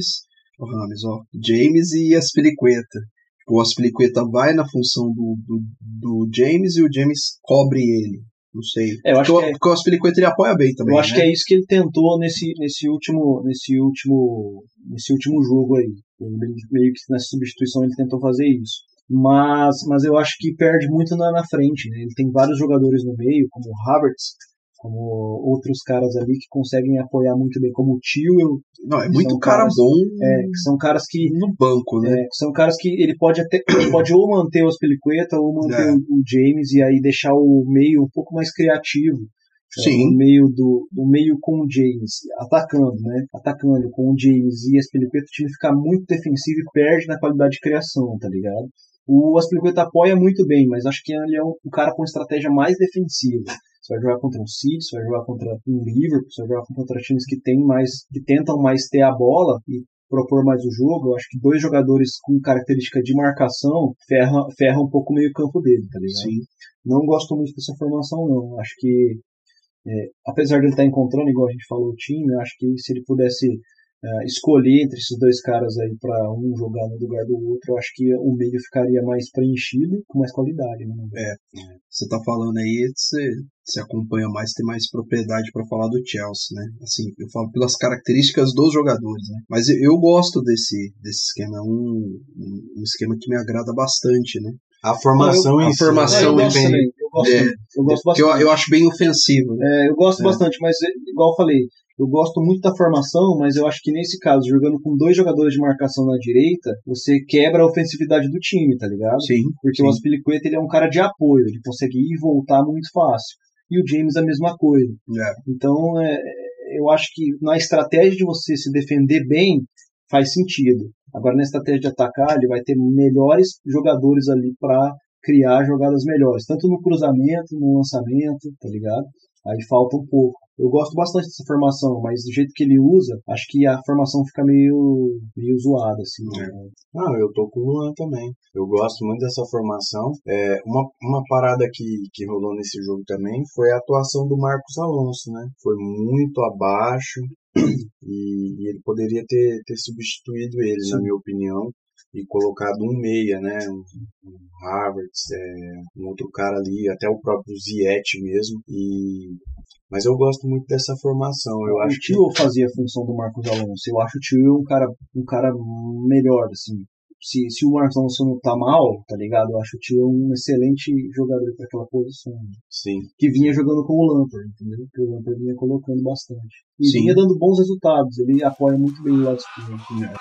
Speaker 1: James e Aspilicueta. O Aspilicueta vai na função do James e o James cobre ele. Não sei. Porque o Aspilicueta ele apoia bem também.
Speaker 2: Eu acho que é isso que ele tentou nesse último jogo aí. Meio que nessa substituição ele tentou fazer isso. Mas eu acho que perde muito na frente, né? Ele tem vários jogadores no meio, como o Havertz, como outros caras ali que conseguem apoiar muito bem, como o Chilwell.
Speaker 1: Não, é muito cara bom.
Speaker 2: Que são caras que
Speaker 1: no banco, né?
Speaker 2: Que são caras que ele pode ou manter o Aspilicueta ou manter o James e aí deixar o meio um pouco mais criativo.
Speaker 1: Sim.
Speaker 2: No meio com o James, atacando, né? Atacando com o James e Aspilicueta, o time fica muito defensivo e perde na qualidade de criação, tá ligado? O Aspilicueta apoia muito bem, mas acho que ele é um cara com estratégia mais defensiva. Você vai jogar contra um City, você vai jogar contra um Liverpool, você vai jogar contra times que tentam mais ter a bola e propor mais o jogo. Eu acho que 2 jogadores com característica de marcação ferra um pouco o meio campo dele, tá ligado?
Speaker 1: Sim.
Speaker 2: Não gosto muito dessa formação, não. Acho que apesar de ele estar encontrando, igual a gente falou, o time, eu acho que se ele pudesse escolher entre esses 2 caras aí para um jogar no lugar do outro, eu acho que o meio ficaria mais preenchido com mais qualidade, né?
Speaker 1: Você tá falando aí, você acompanha mais, tem mais propriedade para falar do Chelsea, né? Assim, eu falo pelas características dos jogadores, né? Mas eu gosto desse esquema, um esquema que me agrada bastante, né?
Speaker 3: A formação
Speaker 1: eu
Speaker 2: gosto bastante.
Speaker 1: Eu acho bem ofensivo.
Speaker 2: Né? Eu gosto bastante, mas igual eu falei, eu gosto muito da formação, mas eu acho que nesse caso, jogando com 2 jogadores de marcação na direita, você quebra a ofensividade do time, tá ligado?
Speaker 1: Sim.
Speaker 2: Porque o Aspilicueta ele é um cara de apoio, ele consegue ir e voltar muito fácil. E o James a mesma coisa. Então, eu acho que na estratégia de você se defender bem, faz sentido. Agora, na estratégia de atacar, ele vai ter melhores jogadores ali para criar jogadas melhores, tanto no cruzamento, no lançamento, tá ligado? Aí falta um pouco. Eu gosto bastante dessa formação, mas do jeito que ele usa, acho que a formação fica meio zoada, assim. Né?
Speaker 3: Não, eu tô com o Luan também. Eu gosto muito dessa formação. Uma parada que rolou nesse jogo também foi a atuação do Marcos Alonso, né? Foi muito abaixo e ele poderia ter substituído ele, Sim. Na minha opinião. E colocado um meia, né? Um Havertz, um outro cara ali, até o próprio Ziyech mesmo. Mas eu gosto muito dessa formação. Eu acho
Speaker 2: o Tio fazia a função do Marcos Alonso. Eu acho o Tio um cara melhor, assim. Se o Marcos Alonso não tá mal, tá ligado? Eu acho o Tio um excelente jogador para aquela posição.
Speaker 3: Sim.
Speaker 2: Que vinha jogando com o Lampard, entendeu? Porque o Lampard vinha colocando bastante. E Sim. Vinha dando bons resultados. Ele apoia muito bem o lado esquerdo.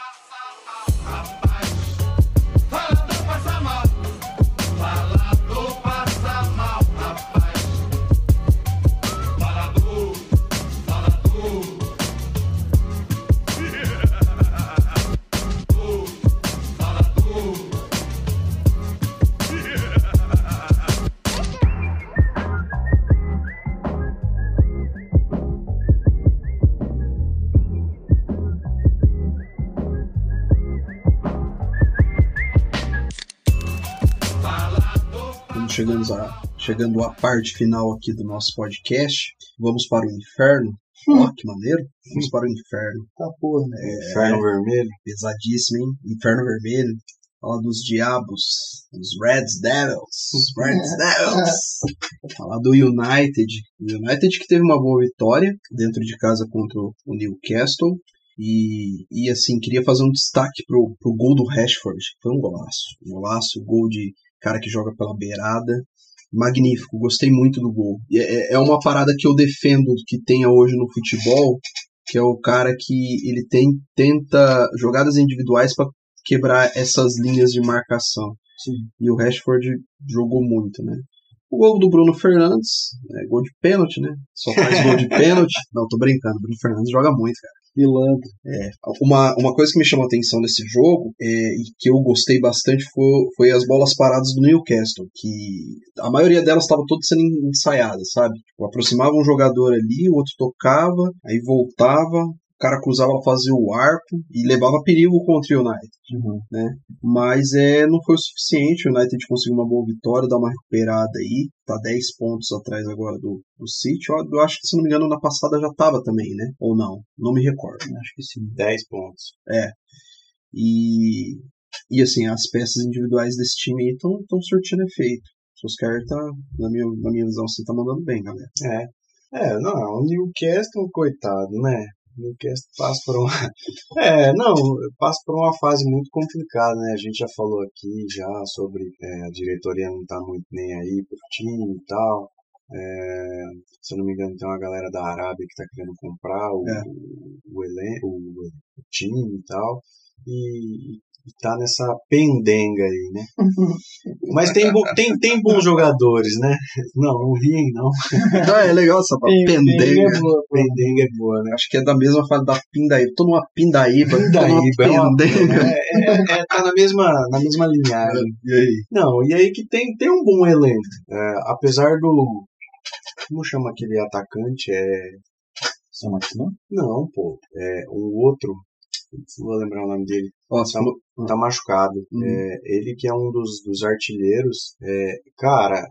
Speaker 1: Chegando à parte final aqui do nosso podcast, vamos para o inferno. Ó, que maneiro. Vamos para o inferno.
Speaker 2: Tá porra, né?
Speaker 3: Inferno vermelho.
Speaker 1: Pesadíssimo, hein? Inferno vermelho. Fala dos diabos, dos Red Devils. Falar do United. O United que teve uma boa vitória dentro de casa contra o Newcastle. E assim, queria fazer um destaque pro gol do Rashford. Foi um golaço, gol de cara que joga pela beirada. Magnífico, gostei muito do gol. É uma parada que eu defendo que tenha hoje no futebol, que é o cara que ele tenta jogadas individuais para quebrar essas linhas de marcação.
Speaker 2: Sim.
Speaker 1: E o Rashford jogou muito, né? O gol do Bruno Fernandes, gol de pênalti, né? Só faz gol de pênalti. Não, tô brincando, o Bruno Fernandes joga muito, cara.
Speaker 2: Pilantra.
Speaker 1: Uma coisa que me chamou a atenção nesse jogo e que eu gostei bastante foi as bolas paradas do Newcastle, que a maioria delas estava todas sendo ensaiadas, sabe? Tipo, aproximava um jogador ali, o outro tocava, aí voltava, o cara cruzava, fazia o arco e levava perigo contra o United. Né? Mas não foi o suficiente. O United conseguiu uma boa vitória, dá uma recuperada aí, tá 10 pontos atrás agora do City. Eu acho que, se não me engano, na passada já tava também, né? Ou não me recordo.
Speaker 2: Acho que sim.
Speaker 3: 10 pontos.
Speaker 1: E assim, as peças individuais desse time aí estão surtindo efeito. O Solskjaer tá, na minha visão, assim, tá mandando bem, galera.
Speaker 3: O Newcastle, coitado, né? O Newcastle passa por uma fase muito complicada, né? A gente já falou aqui sobre a diretoria não tá muito nem aí pro time e tal. Se eu não me engano, tem uma galera da Arábia que tá querendo comprar o time e tal. E tá nessa pendenga aí, né? Mas tem bons jogadores, né? Não riem, não.
Speaker 1: É legal essa pendenga.
Speaker 3: Pendenga é boa, né?
Speaker 1: Acho que é da mesma fase da pindaíba. Tô numa pindaíba.
Speaker 3: Tá na mesma linhagem.
Speaker 1: E aí?
Speaker 3: Não, e aí que tem um bom elenco. Apesar do... Como chama aquele atacante?
Speaker 2: São Maximão?
Speaker 3: Não, pô. O outro... Não vou lembrar o nome dele. Tá machucado. Ele que é um dos artilheiros. Calvert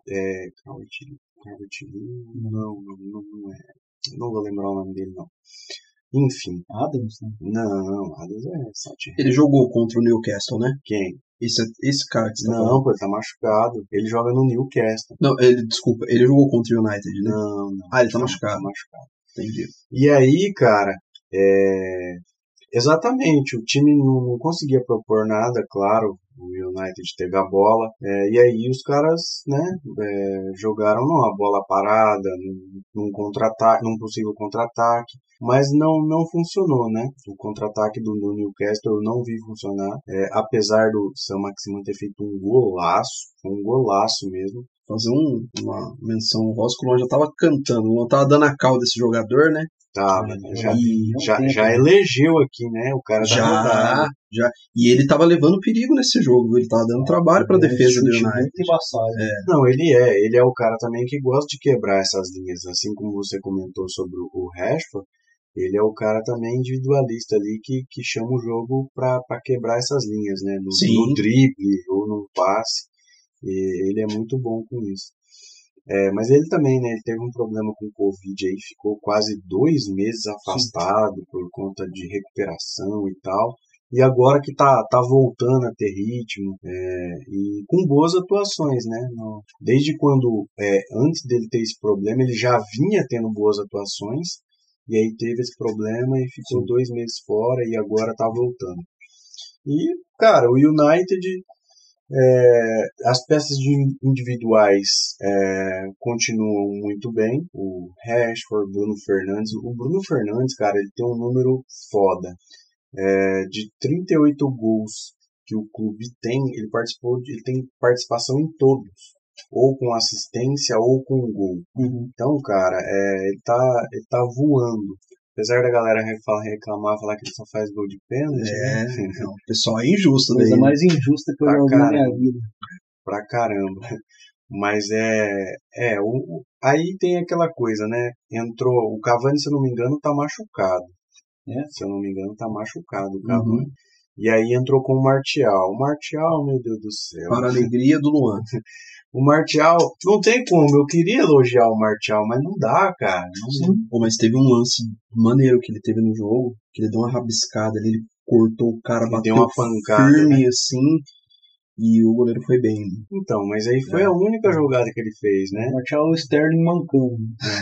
Speaker 3: não é. Não vou lembrar o nome dele, não. Enfim.
Speaker 2: Adams, né?
Speaker 3: Não, Adams Salt.
Speaker 1: Ele jogou contra o Newcastle, né?
Speaker 3: Quem?
Speaker 1: Esse cara que você tá falando.
Speaker 3: Não, pô, ele tá machucado. Ele joga no Newcastle.
Speaker 1: Não, desculpa, ele jogou contra o United, né?
Speaker 3: Não.
Speaker 1: Ele tá machucado. Entendi.
Speaker 3: E aí, cara, exatamente, o time não conseguia propor nada, claro, o United teve a bola, e aí os caras, né, jogaram numa bola parada, num contra-ataque, num possível contra-ataque, mas não funcionou, né, o contra-ataque do Newcastle eu não vi funcionar, apesar do Sam Maximin ter feito um golaço mesmo.
Speaker 1: Fazer uma menção honrosa, que o Luan já tava cantando, o Luan tava dando a cal desse jogador, né?
Speaker 3: Já elegeu aqui, né? O cara da rodada.
Speaker 1: Já. E ele tava levando perigo nesse jogo. Ele tava dando trabalho pra defesa do United.
Speaker 3: Não, ele é o cara também que gosta de quebrar essas linhas. Assim como você comentou sobre o Rashford, ele é o cara também individualista ali que chama o jogo pra quebrar essas linhas, né? No drible ou no passe. E ele é muito bom com isso. Mas ele também, né? Ele teve um problema com o Covid aí, ficou quase 2 meses afastado por conta de recuperação e tal. E agora que tá voltando a ter ritmo e com boas atuações, né? Desde quando, antes dele ter esse problema, ele já vinha tendo boas atuações, e aí teve esse problema e ficou 2 meses fora e agora tá voltando. E, cara, o United, as peças individuais continuam muito bem. O Rashford, Bruno Fernandes. O Bruno Fernandes, cara, ele tem um número foda. De 38 gols que o clube tem, ele tem participação em todos, ou com assistência ou com gol. Então, cara, ele tá voando. Apesar da galera reclamar, falar que ele só faz gol de pênalti, né?
Speaker 1: Não, o pessoal é injusto.
Speaker 2: A coisa mais injusta que eu já ouvi na minha vida.
Speaker 3: Pra caramba. Mas aí tem aquela coisa, né? Entrou o Cavani, se eu não me engano, tá machucado. Se eu não me engano, tá machucado o Cavani. E aí entrou com o Martial. O Martial, meu Deus do céu.
Speaker 1: Para a alegria do Luan.
Speaker 3: O Martial, não tem como. Eu queria elogiar o Martial, mas não dá, cara.
Speaker 1: Mas teve um lance maneiro que ele teve no jogo, que ele deu uma rabiscada ali, ele cortou o cara, bateu
Speaker 3: deu uma pancada,
Speaker 1: firme,
Speaker 3: né?
Speaker 1: assim, e o goleiro foi bem.
Speaker 3: Então, mas aí foi a única jogada que ele fez, né?
Speaker 2: Martial Sterling mancando.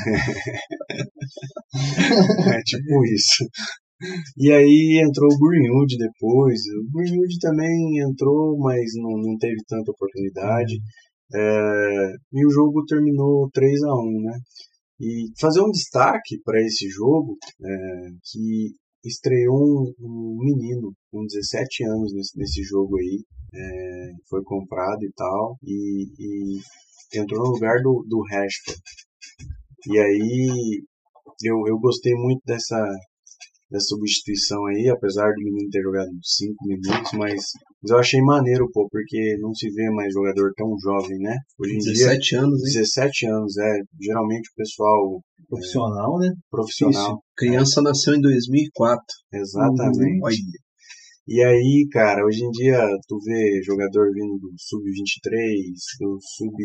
Speaker 3: É tipo isso. E aí entrou o Greenwood depois. O Greenwood também entrou, mas não teve tanta oportunidade. E o jogo terminou 3-1, né? E fazer um destaque para esse jogo, que estreou um menino com 17 anos nesse jogo aí, foi comprado e tal, e entrou no lugar do Rashford. E aí eu gostei muito dessa substituição aí, apesar do menino ter jogado 5 minutos, mas eu achei maneiro, pô, porque não se vê mais jogador tão jovem, né? Hoje em
Speaker 1: 17
Speaker 3: dia,
Speaker 1: anos, hein?
Speaker 3: 17 anos, geralmente o pessoal...
Speaker 2: Profissional, né?
Speaker 3: Profissional.
Speaker 1: Isso. Criança nasceu em 2004.
Speaker 3: Exatamente. E aí, cara, hoje em dia tu vê jogador vindo do sub-23, do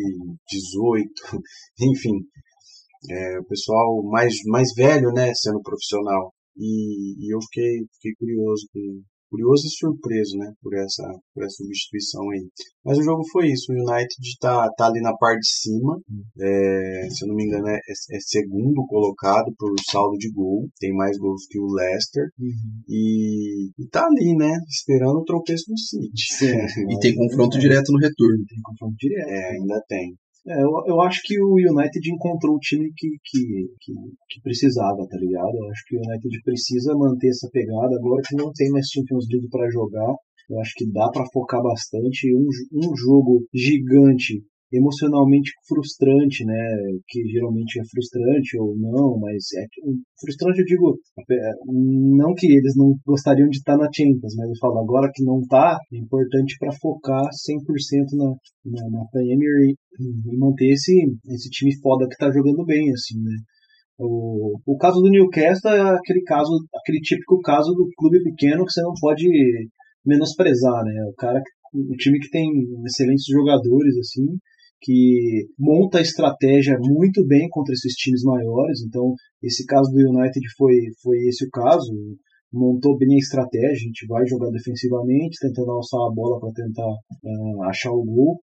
Speaker 3: sub-18, enfim, o pessoal mais velho, né, sendo profissional. E eu fiquei curioso e surpreso, né, por essa substituição aí. Mas o jogo foi isso, o United tá ali na parte de cima, se eu não me engano é segundo colocado por saldo de gol, tem mais gols que o Leicester, e tá ali, né, esperando o tropeço do City.
Speaker 1: E tem confronto direto no retorno.
Speaker 2: Tem confronto direto.
Speaker 3: Ainda tem.
Speaker 2: Eu acho que o United encontrou o time que precisava, tá ligado? Eu acho que o United precisa manter essa pegada. Agora que não tem mais Champions League para jogar, eu acho que dá para focar bastante. Um jogo gigante, emocionalmente frustrante, né? Que geralmente é frustrante ou não, mas frustrante, eu digo, não que eles não gostariam de estar na Champions, mas eu falo, agora que não tá, é importante para focar 100% na Premier e manter esse time foda que tá jogando bem, assim, né? O caso do Newcastle é aquele típico caso do clube pequeno que você não pode menosprezar, né? O time que tem excelentes jogadores, assim, que monta a estratégia muito bem contra esses times maiores. Então, esse caso do United foi esse o caso. Montou bem a estratégia, a gente vai jogar defensivamente, tentando alçar a bola para tentar achar o gol.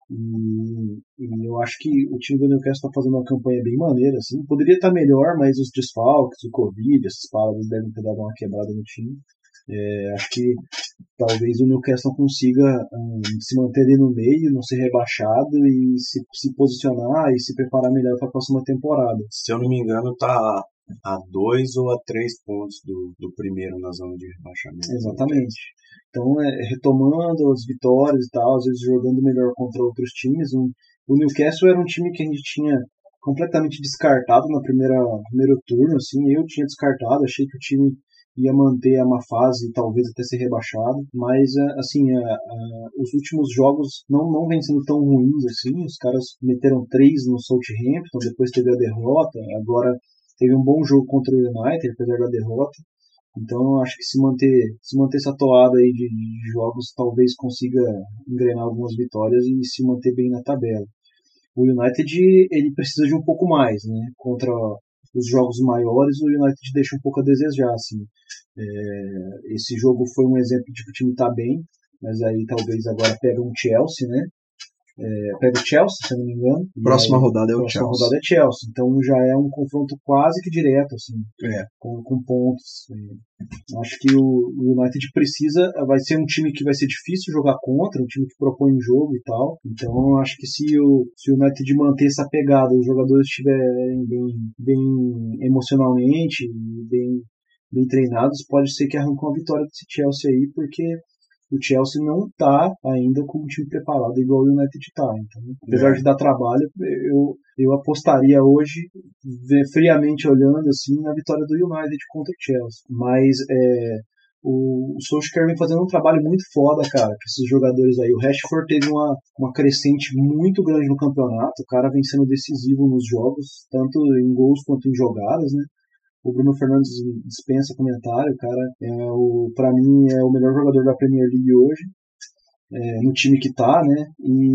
Speaker 2: E eu acho que o time do Newcastle está fazendo uma campanha bem maneira, assim. Poderia estar melhor, mas os desfalques, o Covid, essas paradas devem ter dado uma quebrada no time. Acho que talvez o Newcastle consiga se manter ali no meio, não ser rebaixado e se posicionar e se preparar melhor para a próxima temporada.
Speaker 3: Se eu não me engano, tá a 2 ou a 3 pontos do primeiro na zona de rebaixamento.
Speaker 2: Exatamente. Então, retomando as vitórias e tal, às vezes jogando melhor contra outros times. O Newcastle era um time que a gente tinha completamente descartado no primeiro turno, assim, eu tinha descartado, achei que o time ia manter a má fase e talvez até ser rebaixado, mas assim, os últimos jogos não vêm sendo tão ruins assim, os caras meteram 3 no Southampton, depois teve a derrota, agora teve um bom jogo contra o United, apesar da derrota, então eu acho que se manter essa toada aí de jogos, talvez consiga engrenar algumas vitórias e se manter bem na tabela. O United ele precisa de um pouco mais, né? Contra os jogos maiores, o United deixa um pouco a desejar, assim. Esse jogo foi um exemplo de que o time está bem, mas aí talvez agora pega um Chelsea, né? Pega o Chelsea, se eu não me engano.
Speaker 1: Próxima rodada é o
Speaker 2: Próxima
Speaker 1: Chelsea.
Speaker 2: rodada é Chelsea. Então já é um confronto quase que direto, assim, com pontos. Acho que o United vai ser um time que vai ser difícil jogar contra, um time que propõe um jogo e tal. Então acho que se o United manter essa pegada, os jogadores estiverem bem emocionalmente, bem treinados, pode ser que arranque uma vitória desse Chelsea aí, porque o Chelsea não está ainda com um time preparado igual o United está. Então, apesar de dar trabalho, eu apostaria hoje, friamente olhando assim, na vitória do United contra o Chelsea. Mas o Solskjaer vem fazendo um trabalho muito foda, cara, com esses jogadores aí. O Rashford teve uma crescente muito grande no campeonato, o cara vem sendo decisivo nos jogos, tanto em gols quanto em jogadas, né? O Bruno Fernandes dispensa comentário, o cara pra mim é o melhor jogador da Premier League hoje, no time que tá, né?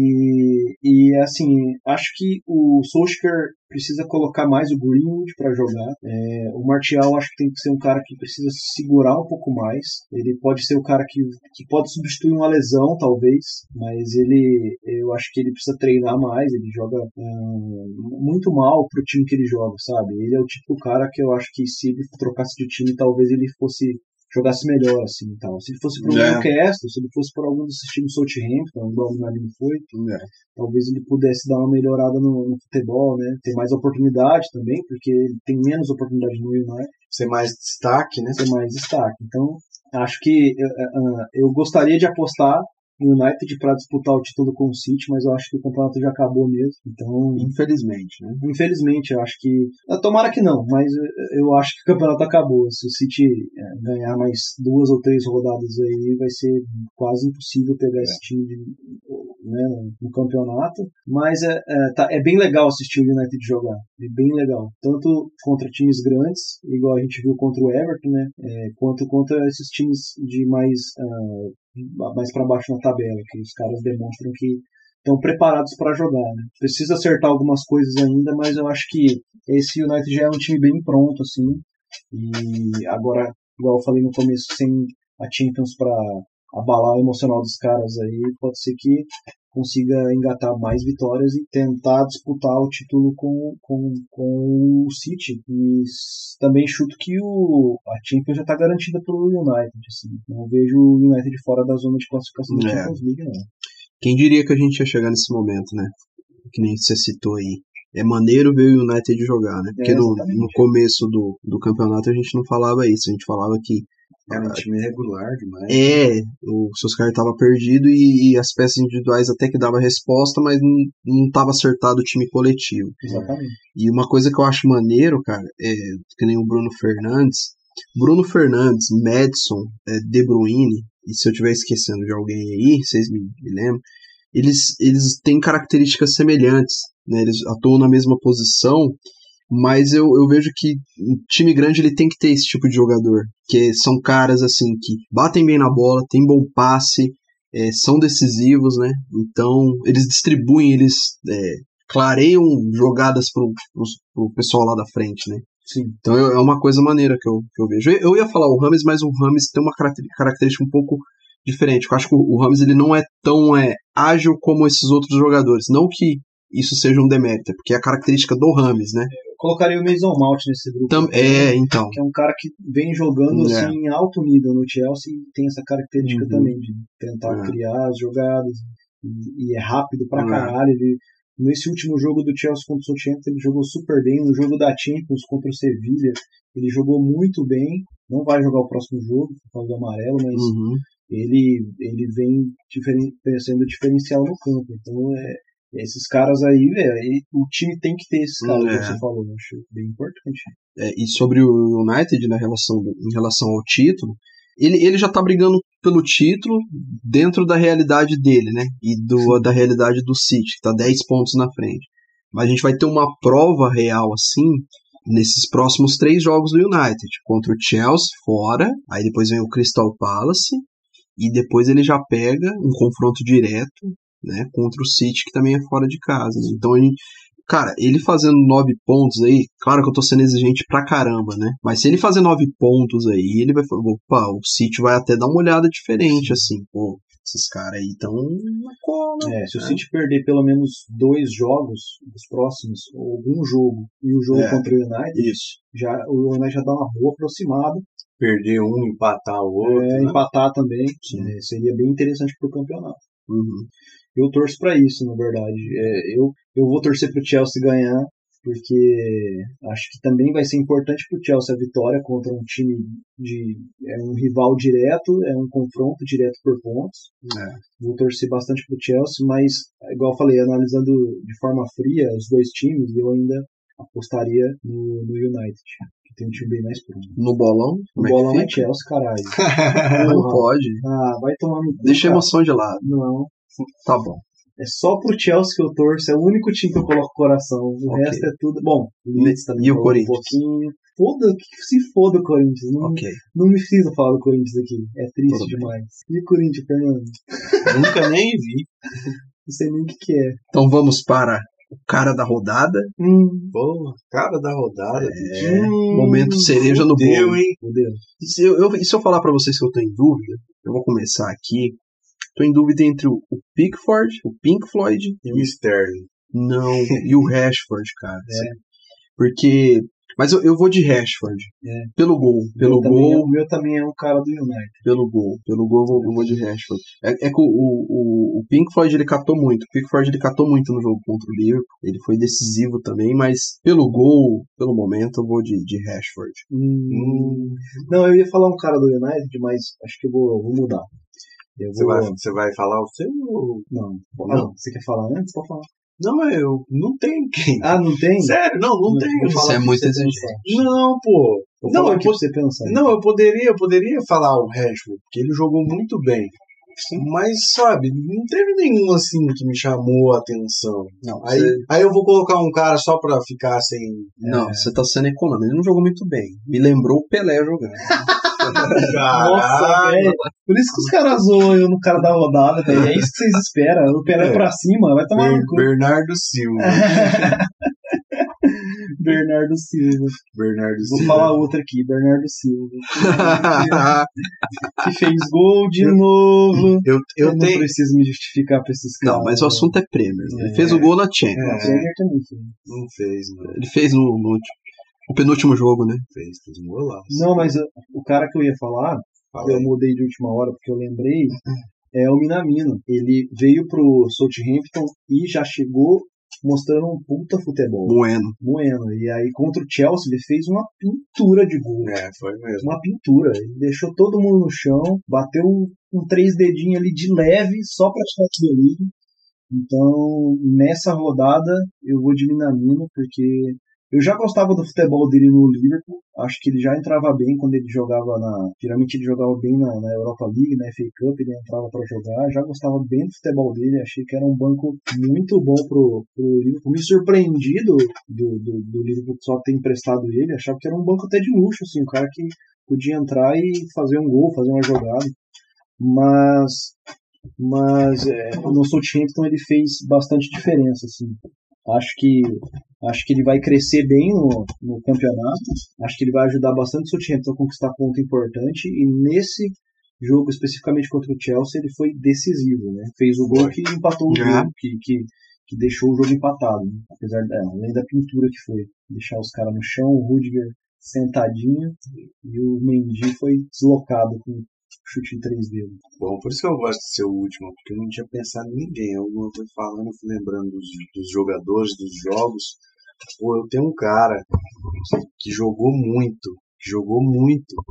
Speaker 2: E assim, acho que o Solskjaer precisa colocar mais o Greenwood para jogar. O Martial acho que tem que ser um cara que precisa se segurar um pouco mais. Ele pode ser o cara que pode substituir uma lesão, talvez, mas eu acho que ele precisa treinar mais. Ele joga muito mal pro time que ele joga, sabe? Ele é o tipo de cara que eu acho que se ele trocasse de time, talvez ele jogasse melhor, assim, e tal. Se ele fosse para o Newcastle, se ele fosse para algum desses times Southampton, igual o Nalim foi, talvez ele pudesse dar uma melhorada no futebol, né? Ter mais oportunidade também, porque ele tem menos oportunidade no United.
Speaker 3: Ser mais destaque, né?
Speaker 2: Ser mais destaque. Então, acho que eu gostaria de apostar no United para disputar o título com o City, mas eu acho que o campeonato já acabou mesmo. Então,
Speaker 1: infelizmente, né?
Speaker 2: Infelizmente, eu acho que... Tomara que não, mas eu acho que o campeonato acabou. Se o City ganhar mais 2 ou 3 rodadas aí, vai ser quase impossível pegar esse time né, no campeonato. Mas é bem legal assistir o United jogar. É bem legal. Tanto contra times grandes, igual a gente viu contra o Everton, né? Quanto contra esses times de mais para baixo na tabela, que os caras demonstram que estão preparados para jogar, né? Precisa acertar algumas coisas ainda, mas eu acho que esse United já é um time bem pronto, assim, e agora, igual eu falei no começo, sem a Champions para abalar o emocional dos caras aí, pode ser que consiga engatar mais vitórias e tentar disputar o título com o City. E também chuto que a Champions já está garantida pelo United, assim. Não vejo o United fora da zona de classificação da Champions League, não.
Speaker 1: Quem diria que a gente ia chegar nesse momento, né? Que nem você citou aí. É maneiro ver o United jogar, né? Porque no começo do campeonato a gente não falava isso. A gente falava que
Speaker 3: era um time regular demais.
Speaker 1: O Solskjaer estava perdido e as peças individuais até que dava resposta, mas não estava acertado o time coletivo.
Speaker 2: Exatamente.
Speaker 1: E uma coisa que eu acho maneiro, cara, é que nem o Bruno Fernandes, Maddison, De Bruyne, e se eu estiver esquecendo de alguém aí, vocês me lembram, eles têm características semelhantes, né? Eles atuam na mesma posição, mas eu vejo que um time grande ele tem que ter esse tipo de jogador, que são caras assim que batem bem na bola, têm bom passe, são decisivos, né? Então eles distribuem, eles clareiam jogadas pro pessoal lá da frente, né?
Speaker 2: Sim.
Speaker 1: Então é uma coisa maneira que eu vejo. Eu ia falar o Rames, mas o Rames tem uma característica um pouco diferente. Eu acho que o Rames ele não é tão ágil como esses outros jogadores. Não que isso seja um demérito, porque é a característica do Rames, né?
Speaker 2: Eu colocaria o Mason Mount nesse grupo.
Speaker 1: Então.
Speaker 2: Que é um cara que vem jogando assim, em alto nível no Chelsea e tem essa característica também de tentar criar as jogadas e é rápido pra caralho. Nesse último jogo do Chelsea contra o Southampton, ele jogou super bem. No jogo da Champions contra o Sevilla, ele jogou muito bem. Não vai jogar o próximo jogo por causa do amarelo, mas ele vem sendo diferencial no campo. Então Esses caras aí, velho, o time tem que ter esses caras que
Speaker 1: É.
Speaker 2: você falou, eu acho bem importante.
Speaker 1: E sobre o United, em relação ao título, ele já tá brigando pelo título dentro da realidade dele, né? E da realidade do City, que tá 10 pontos na frente. Mas a gente vai ter uma prova real, assim, nesses próximos 3 jogos do United. Contra o Chelsea, fora. Aí depois vem o Crystal Palace. E depois ele já pega um confronto direto, né? Contra o City, que também é fora de casa. Né? Então, cara, ele fazendo 9 pontos aí, claro que eu tô sendo exigente pra caramba, né? Mas se ele fazer 9 pontos aí, ele vai falar, opa, o City vai até dar uma olhada diferente, assim, pô, esses caras aí estão na cola.
Speaker 2: Se o City perder pelo menos 2 jogos dos próximos, ou algum jogo, e o jogo contra o United,
Speaker 1: Isso.
Speaker 2: o United já dá uma boa aproximada.
Speaker 3: Perder um, empatar o outro. Né?
Speaker 2: Empatar também, seria bem interessante pro campeonato.
Speaker 1: Uhum.
Speaker 2: Eu torço pra isso, na verdade. Eu vou torcer pro Chelsea ganhar, porque acho que também vai ser importante pro Chelsea a vitória contra um time é um rival direto, é um confronto direto por pontos. Vou torcer bastante pro Chelsea, mas, igual eu falei, analisando de forma fria os dois times, eu ainda apostaria no United, que tem um time bem mais pronto.
Speaker 1: No bolão?
Speaker 2: O bolão é Chelsea, caralho.
Speaker 1: Não pode.
Speaker 2: Vai tomar no cu.
Speaker 1: Deixa a emoção de lado.
Speaker 2: Não.
Speaker 1: Tá bom.
Speaker 2: É só pro Chelsea que eu torço, é o único time que eu coloco coração. O resto é tudo. Bom, o Leeds também
Speaker 1: e o Corinthians?
Speaker 2: Um pouquinho. Se foda o Corinthians. Não me precisa falar do Corinthians aqui. É triste demais. E o Corinthians, Fernando?
Speaker 3: Nunca nem vi.
Speaker 2: Não sei nem o que é.
Speaker 1: Então vamos para o cara da rodada.
Speaker 3: Pô, cara da rodada.
Speaker 1: Momento cereja no bolo.
Speaker 3: Hein?
Speaker 1: E se eu falar pra vocês que eu tô em dúvida, eu vou começar aqui. Tô em dúvida entre o Pickford, o Pink Floyd
Speaker 3: e o Sterling.
Speaker 1: Não, e o Rashford, cara. Porque... Mas eu vou de Rashford. Pelo gol.
Speaker 2: O meu também é um cara do United.
Speaker 1: Pelo gol eu vou de Rashford. É que o Pink Floyd ele catou muito. O Pickford ele catou muito no jogo contra o Liverpool. Ele foi decisivo também, mas pelo gol, pelo momento, eu vou de Rashford.
Speaker 2: Não, eu ia falar um cara do United, mas acho que eu vou mudar.
Speaker 3: Você vai falar o seu?
Speaker 2: Não. Você quer falar antes? Pode falar.
Speaker 3: Não, eu não tenho quem.
Speaker 2: Não tem?
Speaker 3: Sério, não tenho.
Speaker 1: Isso é muito exigente.
Speaker 3: Não, pô.
Speaker 2: Não, é que você pensar.
Speaker 3: Não, eu poderia falar o Rashford, porque ele jogou muito bem. Mas, sabe, não teve nenhum assim que me chamou a atenção.
Speaker 1: Não,
Speaker 3: aí eu vou colocar um cara só pra ficar sem...
Speaker 1: Não, você tá sendo econômico. Ele não jogou muito bem. Me lembrou o Pelé jogando.
Speaker 2: Nossa, velho. Por isso que os caras zoam eu no cara da rodada, velho. É isso que vocês esperam. O Pelé pra cima, vai tomar no cu.
Speaker 3: Bernardo Silva.
Speaker 2: Bernardo Silva. Vou falar outra aqui, Bernardo Silva. Que fez gol de novo. Eu não preciso me justificar pra esses caras.
Speaker 1: Não, mas o assunto é Premier. Ele fez o gol na Champions.
Speaker 2: Na Premier também fez.
Speaker 3: Não fez, não.
Speaker 1: Ele fez no penúltimo jogo, né?
Speaker 3: Fez um golaço.
Speaker 2: Não, mas o cara que eu ia falar, eu mudei de última hora porque eu lembrei, é o Minamino. Ele veio pro Southampton e já chegou mostrando um puta futebol. Moeno. E aí contra o Chelsea ele fez uma pintura de gol.
Speaker 3: Foi mesmo.
Speaker 2: Uma pintura. Ele deixou todo mundo no chão, bateu com 3 dedinhos ali de leve, só pra tirar aquilo ali. Então, nessa rodada, eu vou de Minamino, porque eu já gostava do futebol dele no Liverpool. Acho que ele já entrava bem quando ele jogava geralmente ele jogava bem na Europa League, na FA Cup, ele entrava para jogar. Já gostava bem do futebol dele. Achei que era um banco muito bom pro Liverpool. Me surpreendi do Liverpool só ter emprestado ele. Achava que era um banco até de luxo, assim, um cara que podia entrar e fazer um gol, fazer uma jogada. Mas no Southampton ele fez bastante diferença, assim. Acho que ele vai crescer bem no campeonato. Acho que ele vai ajudar bastante o Southampton a conquistar ponto importante. E nesse jogo, especificamente contra o Chelsea, ele foi decisivo, né? Fez o gol que empatou o jogo, que deixou o jogo empatado, né? Apesar além da pintura que foi. Deixar os caras no chão, o Rudiger sentadinho e o Mendy foi deslocado com chute em 3 dedos.
Speaker 3: Bom, por isso que eu gosto de ser o último, porque eu não tinha pensado em ninguém. Eu fui falando, fui lembrando dos jogadores, dos jogos. Pô, eu tenho um cara que jogou muito,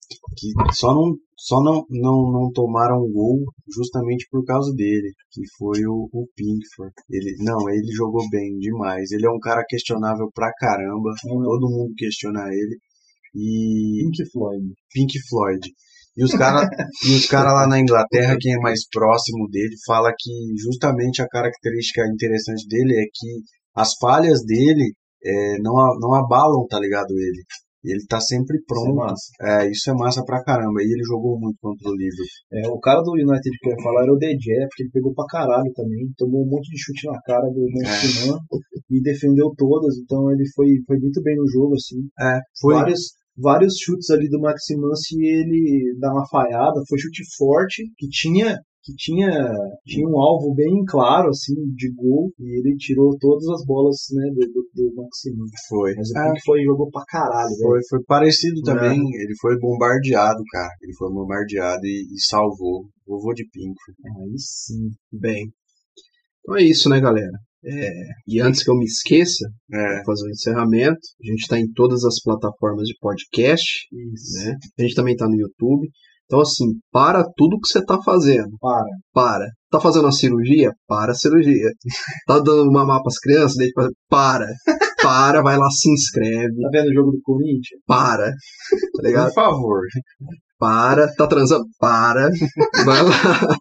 Speaker 3: que só não tomaram gol justamente por causa dele, que foi o Pickford. Ele jogou bem demais. Ele é um cara questionável pra caramba, todo mundo questiona ele. E Pink Floyd. E os cara lá na Inglaterra, quem é mais próximo dele, fala que justamente a característica interessante dele é que as falhas dele não abalam, tá ligado, ele. Ele tá sempre pronto. Isso é massa pra caramba. E ele jogou muito contra o Liverpool.
Speaker 2: O cara do United que eu ia falar era o De Gea, porque ele pegou pra caralho também. Tomou um monte de chute na cara do Maximin e defendeu todas. Então ele foi muito bem no jogo, assim.
Speaker 3: Foi.
Speaker 2: Vários chutes ali do Maximin, se ele dá uma falhada, foi chute forte, que tinha um alvo bem claro, assim, de gol, e ele tirou todas as bolas, né, do Maximin.
Speaker 3: Foi.
Speaker 2: Mas o jogou pra caralho.
Speaker 3: Foi parecido também, ele foi bombardeado, cara. Ele foi bombardeado e salvou. Vovô de Pinkford.
Speaker 2: Aí sim.
Speaker 1: Bem, então é isso, né, galera? E antes que eu me esqueça, vou fazer o encerramento. A gente está em todas as plataformas de podcast, né? A gente também está no YouTube. Então, assim, para tudo que você tá fazendo. Para. Tá fazendo uma cirurgia? Para a cirurgia. Tá dando mamar pras crianças? Para, vai lá, se inscreve.
Speaker 2: Tá vendo o jogo do Corinthians?
Speaker 1: Para. Tá ligado?
Speaker 3: Por favor.
Speaker 1: Para. Tá transando? Para. Vai lá.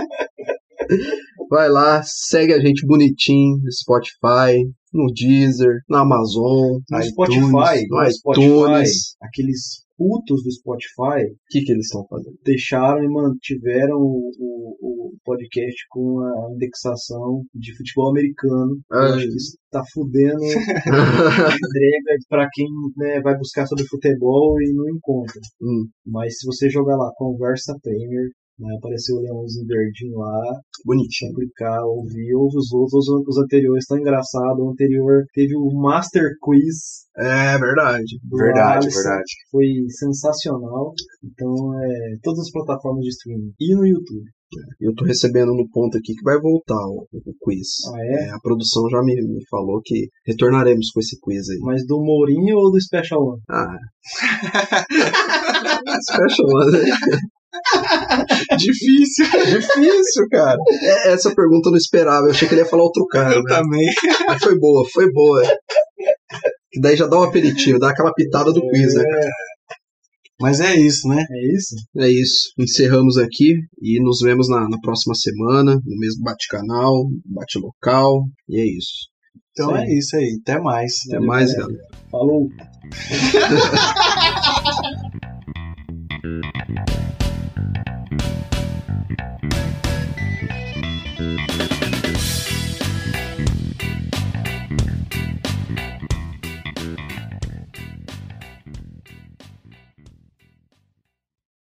Speaker 1: Vai lá, segue a gente bonitinho no Spotify, no Deezer, na Amazon,
Speaker 2: no
Speaker 1: iTunes,
Speaker 2: Spotify, aqueles putos do Spotify.
Speaker 1: O que eles estão fazendo?
Speaker 2: Deixaram e mantiveram o podcast com a indexação de futebol americano. Eu acho que isso tá fudendo a entrega pra quem, né, vai buscar sobre futebol e não encontra. Mas se você jogar lá, Conversa Premier, vai aparecer o leãozinho verdinho lá,
Speaker 1: bonitinho,
Speaker 2: clicar, ouvir, ouve os outros, os anteriores estão engraçados. O anterior teve o Master Quiz.
Speaker 1: Verdade.
Speaker 3: Verdade.
Speaker 2: Foi sensacional. Então, todas as plataformas de streaming e no YouTube.
Speaker 1: Eu tô recebendo no ponto aqui que vai voltar o quiz. A produção já me falou que retornaremos com esse quiz aí.
Speaker 2: Mas do Mourinho ou do Special One?
Speaker 1: Special One. Difícil, cara. Essa pergunta eu não esperava. Eu achei que ele ia falar outro cara.
Speaker 3: Eu também.
Speaker 1: Mas foi boa. Que daí já dá um aperitivo, dá aquela pitada do quiz, né?
Speaker 3: Mas é isso, né?
Speaker 1: É isso. Encerramos aqui e nos vemos na próxima semana, no mesmo bate-canal, bate-local. E é isso.
Speaker 3: Então é isso aí. Até mais.
Speaker 1: Até mais, galera.
Speaker 2: Falou.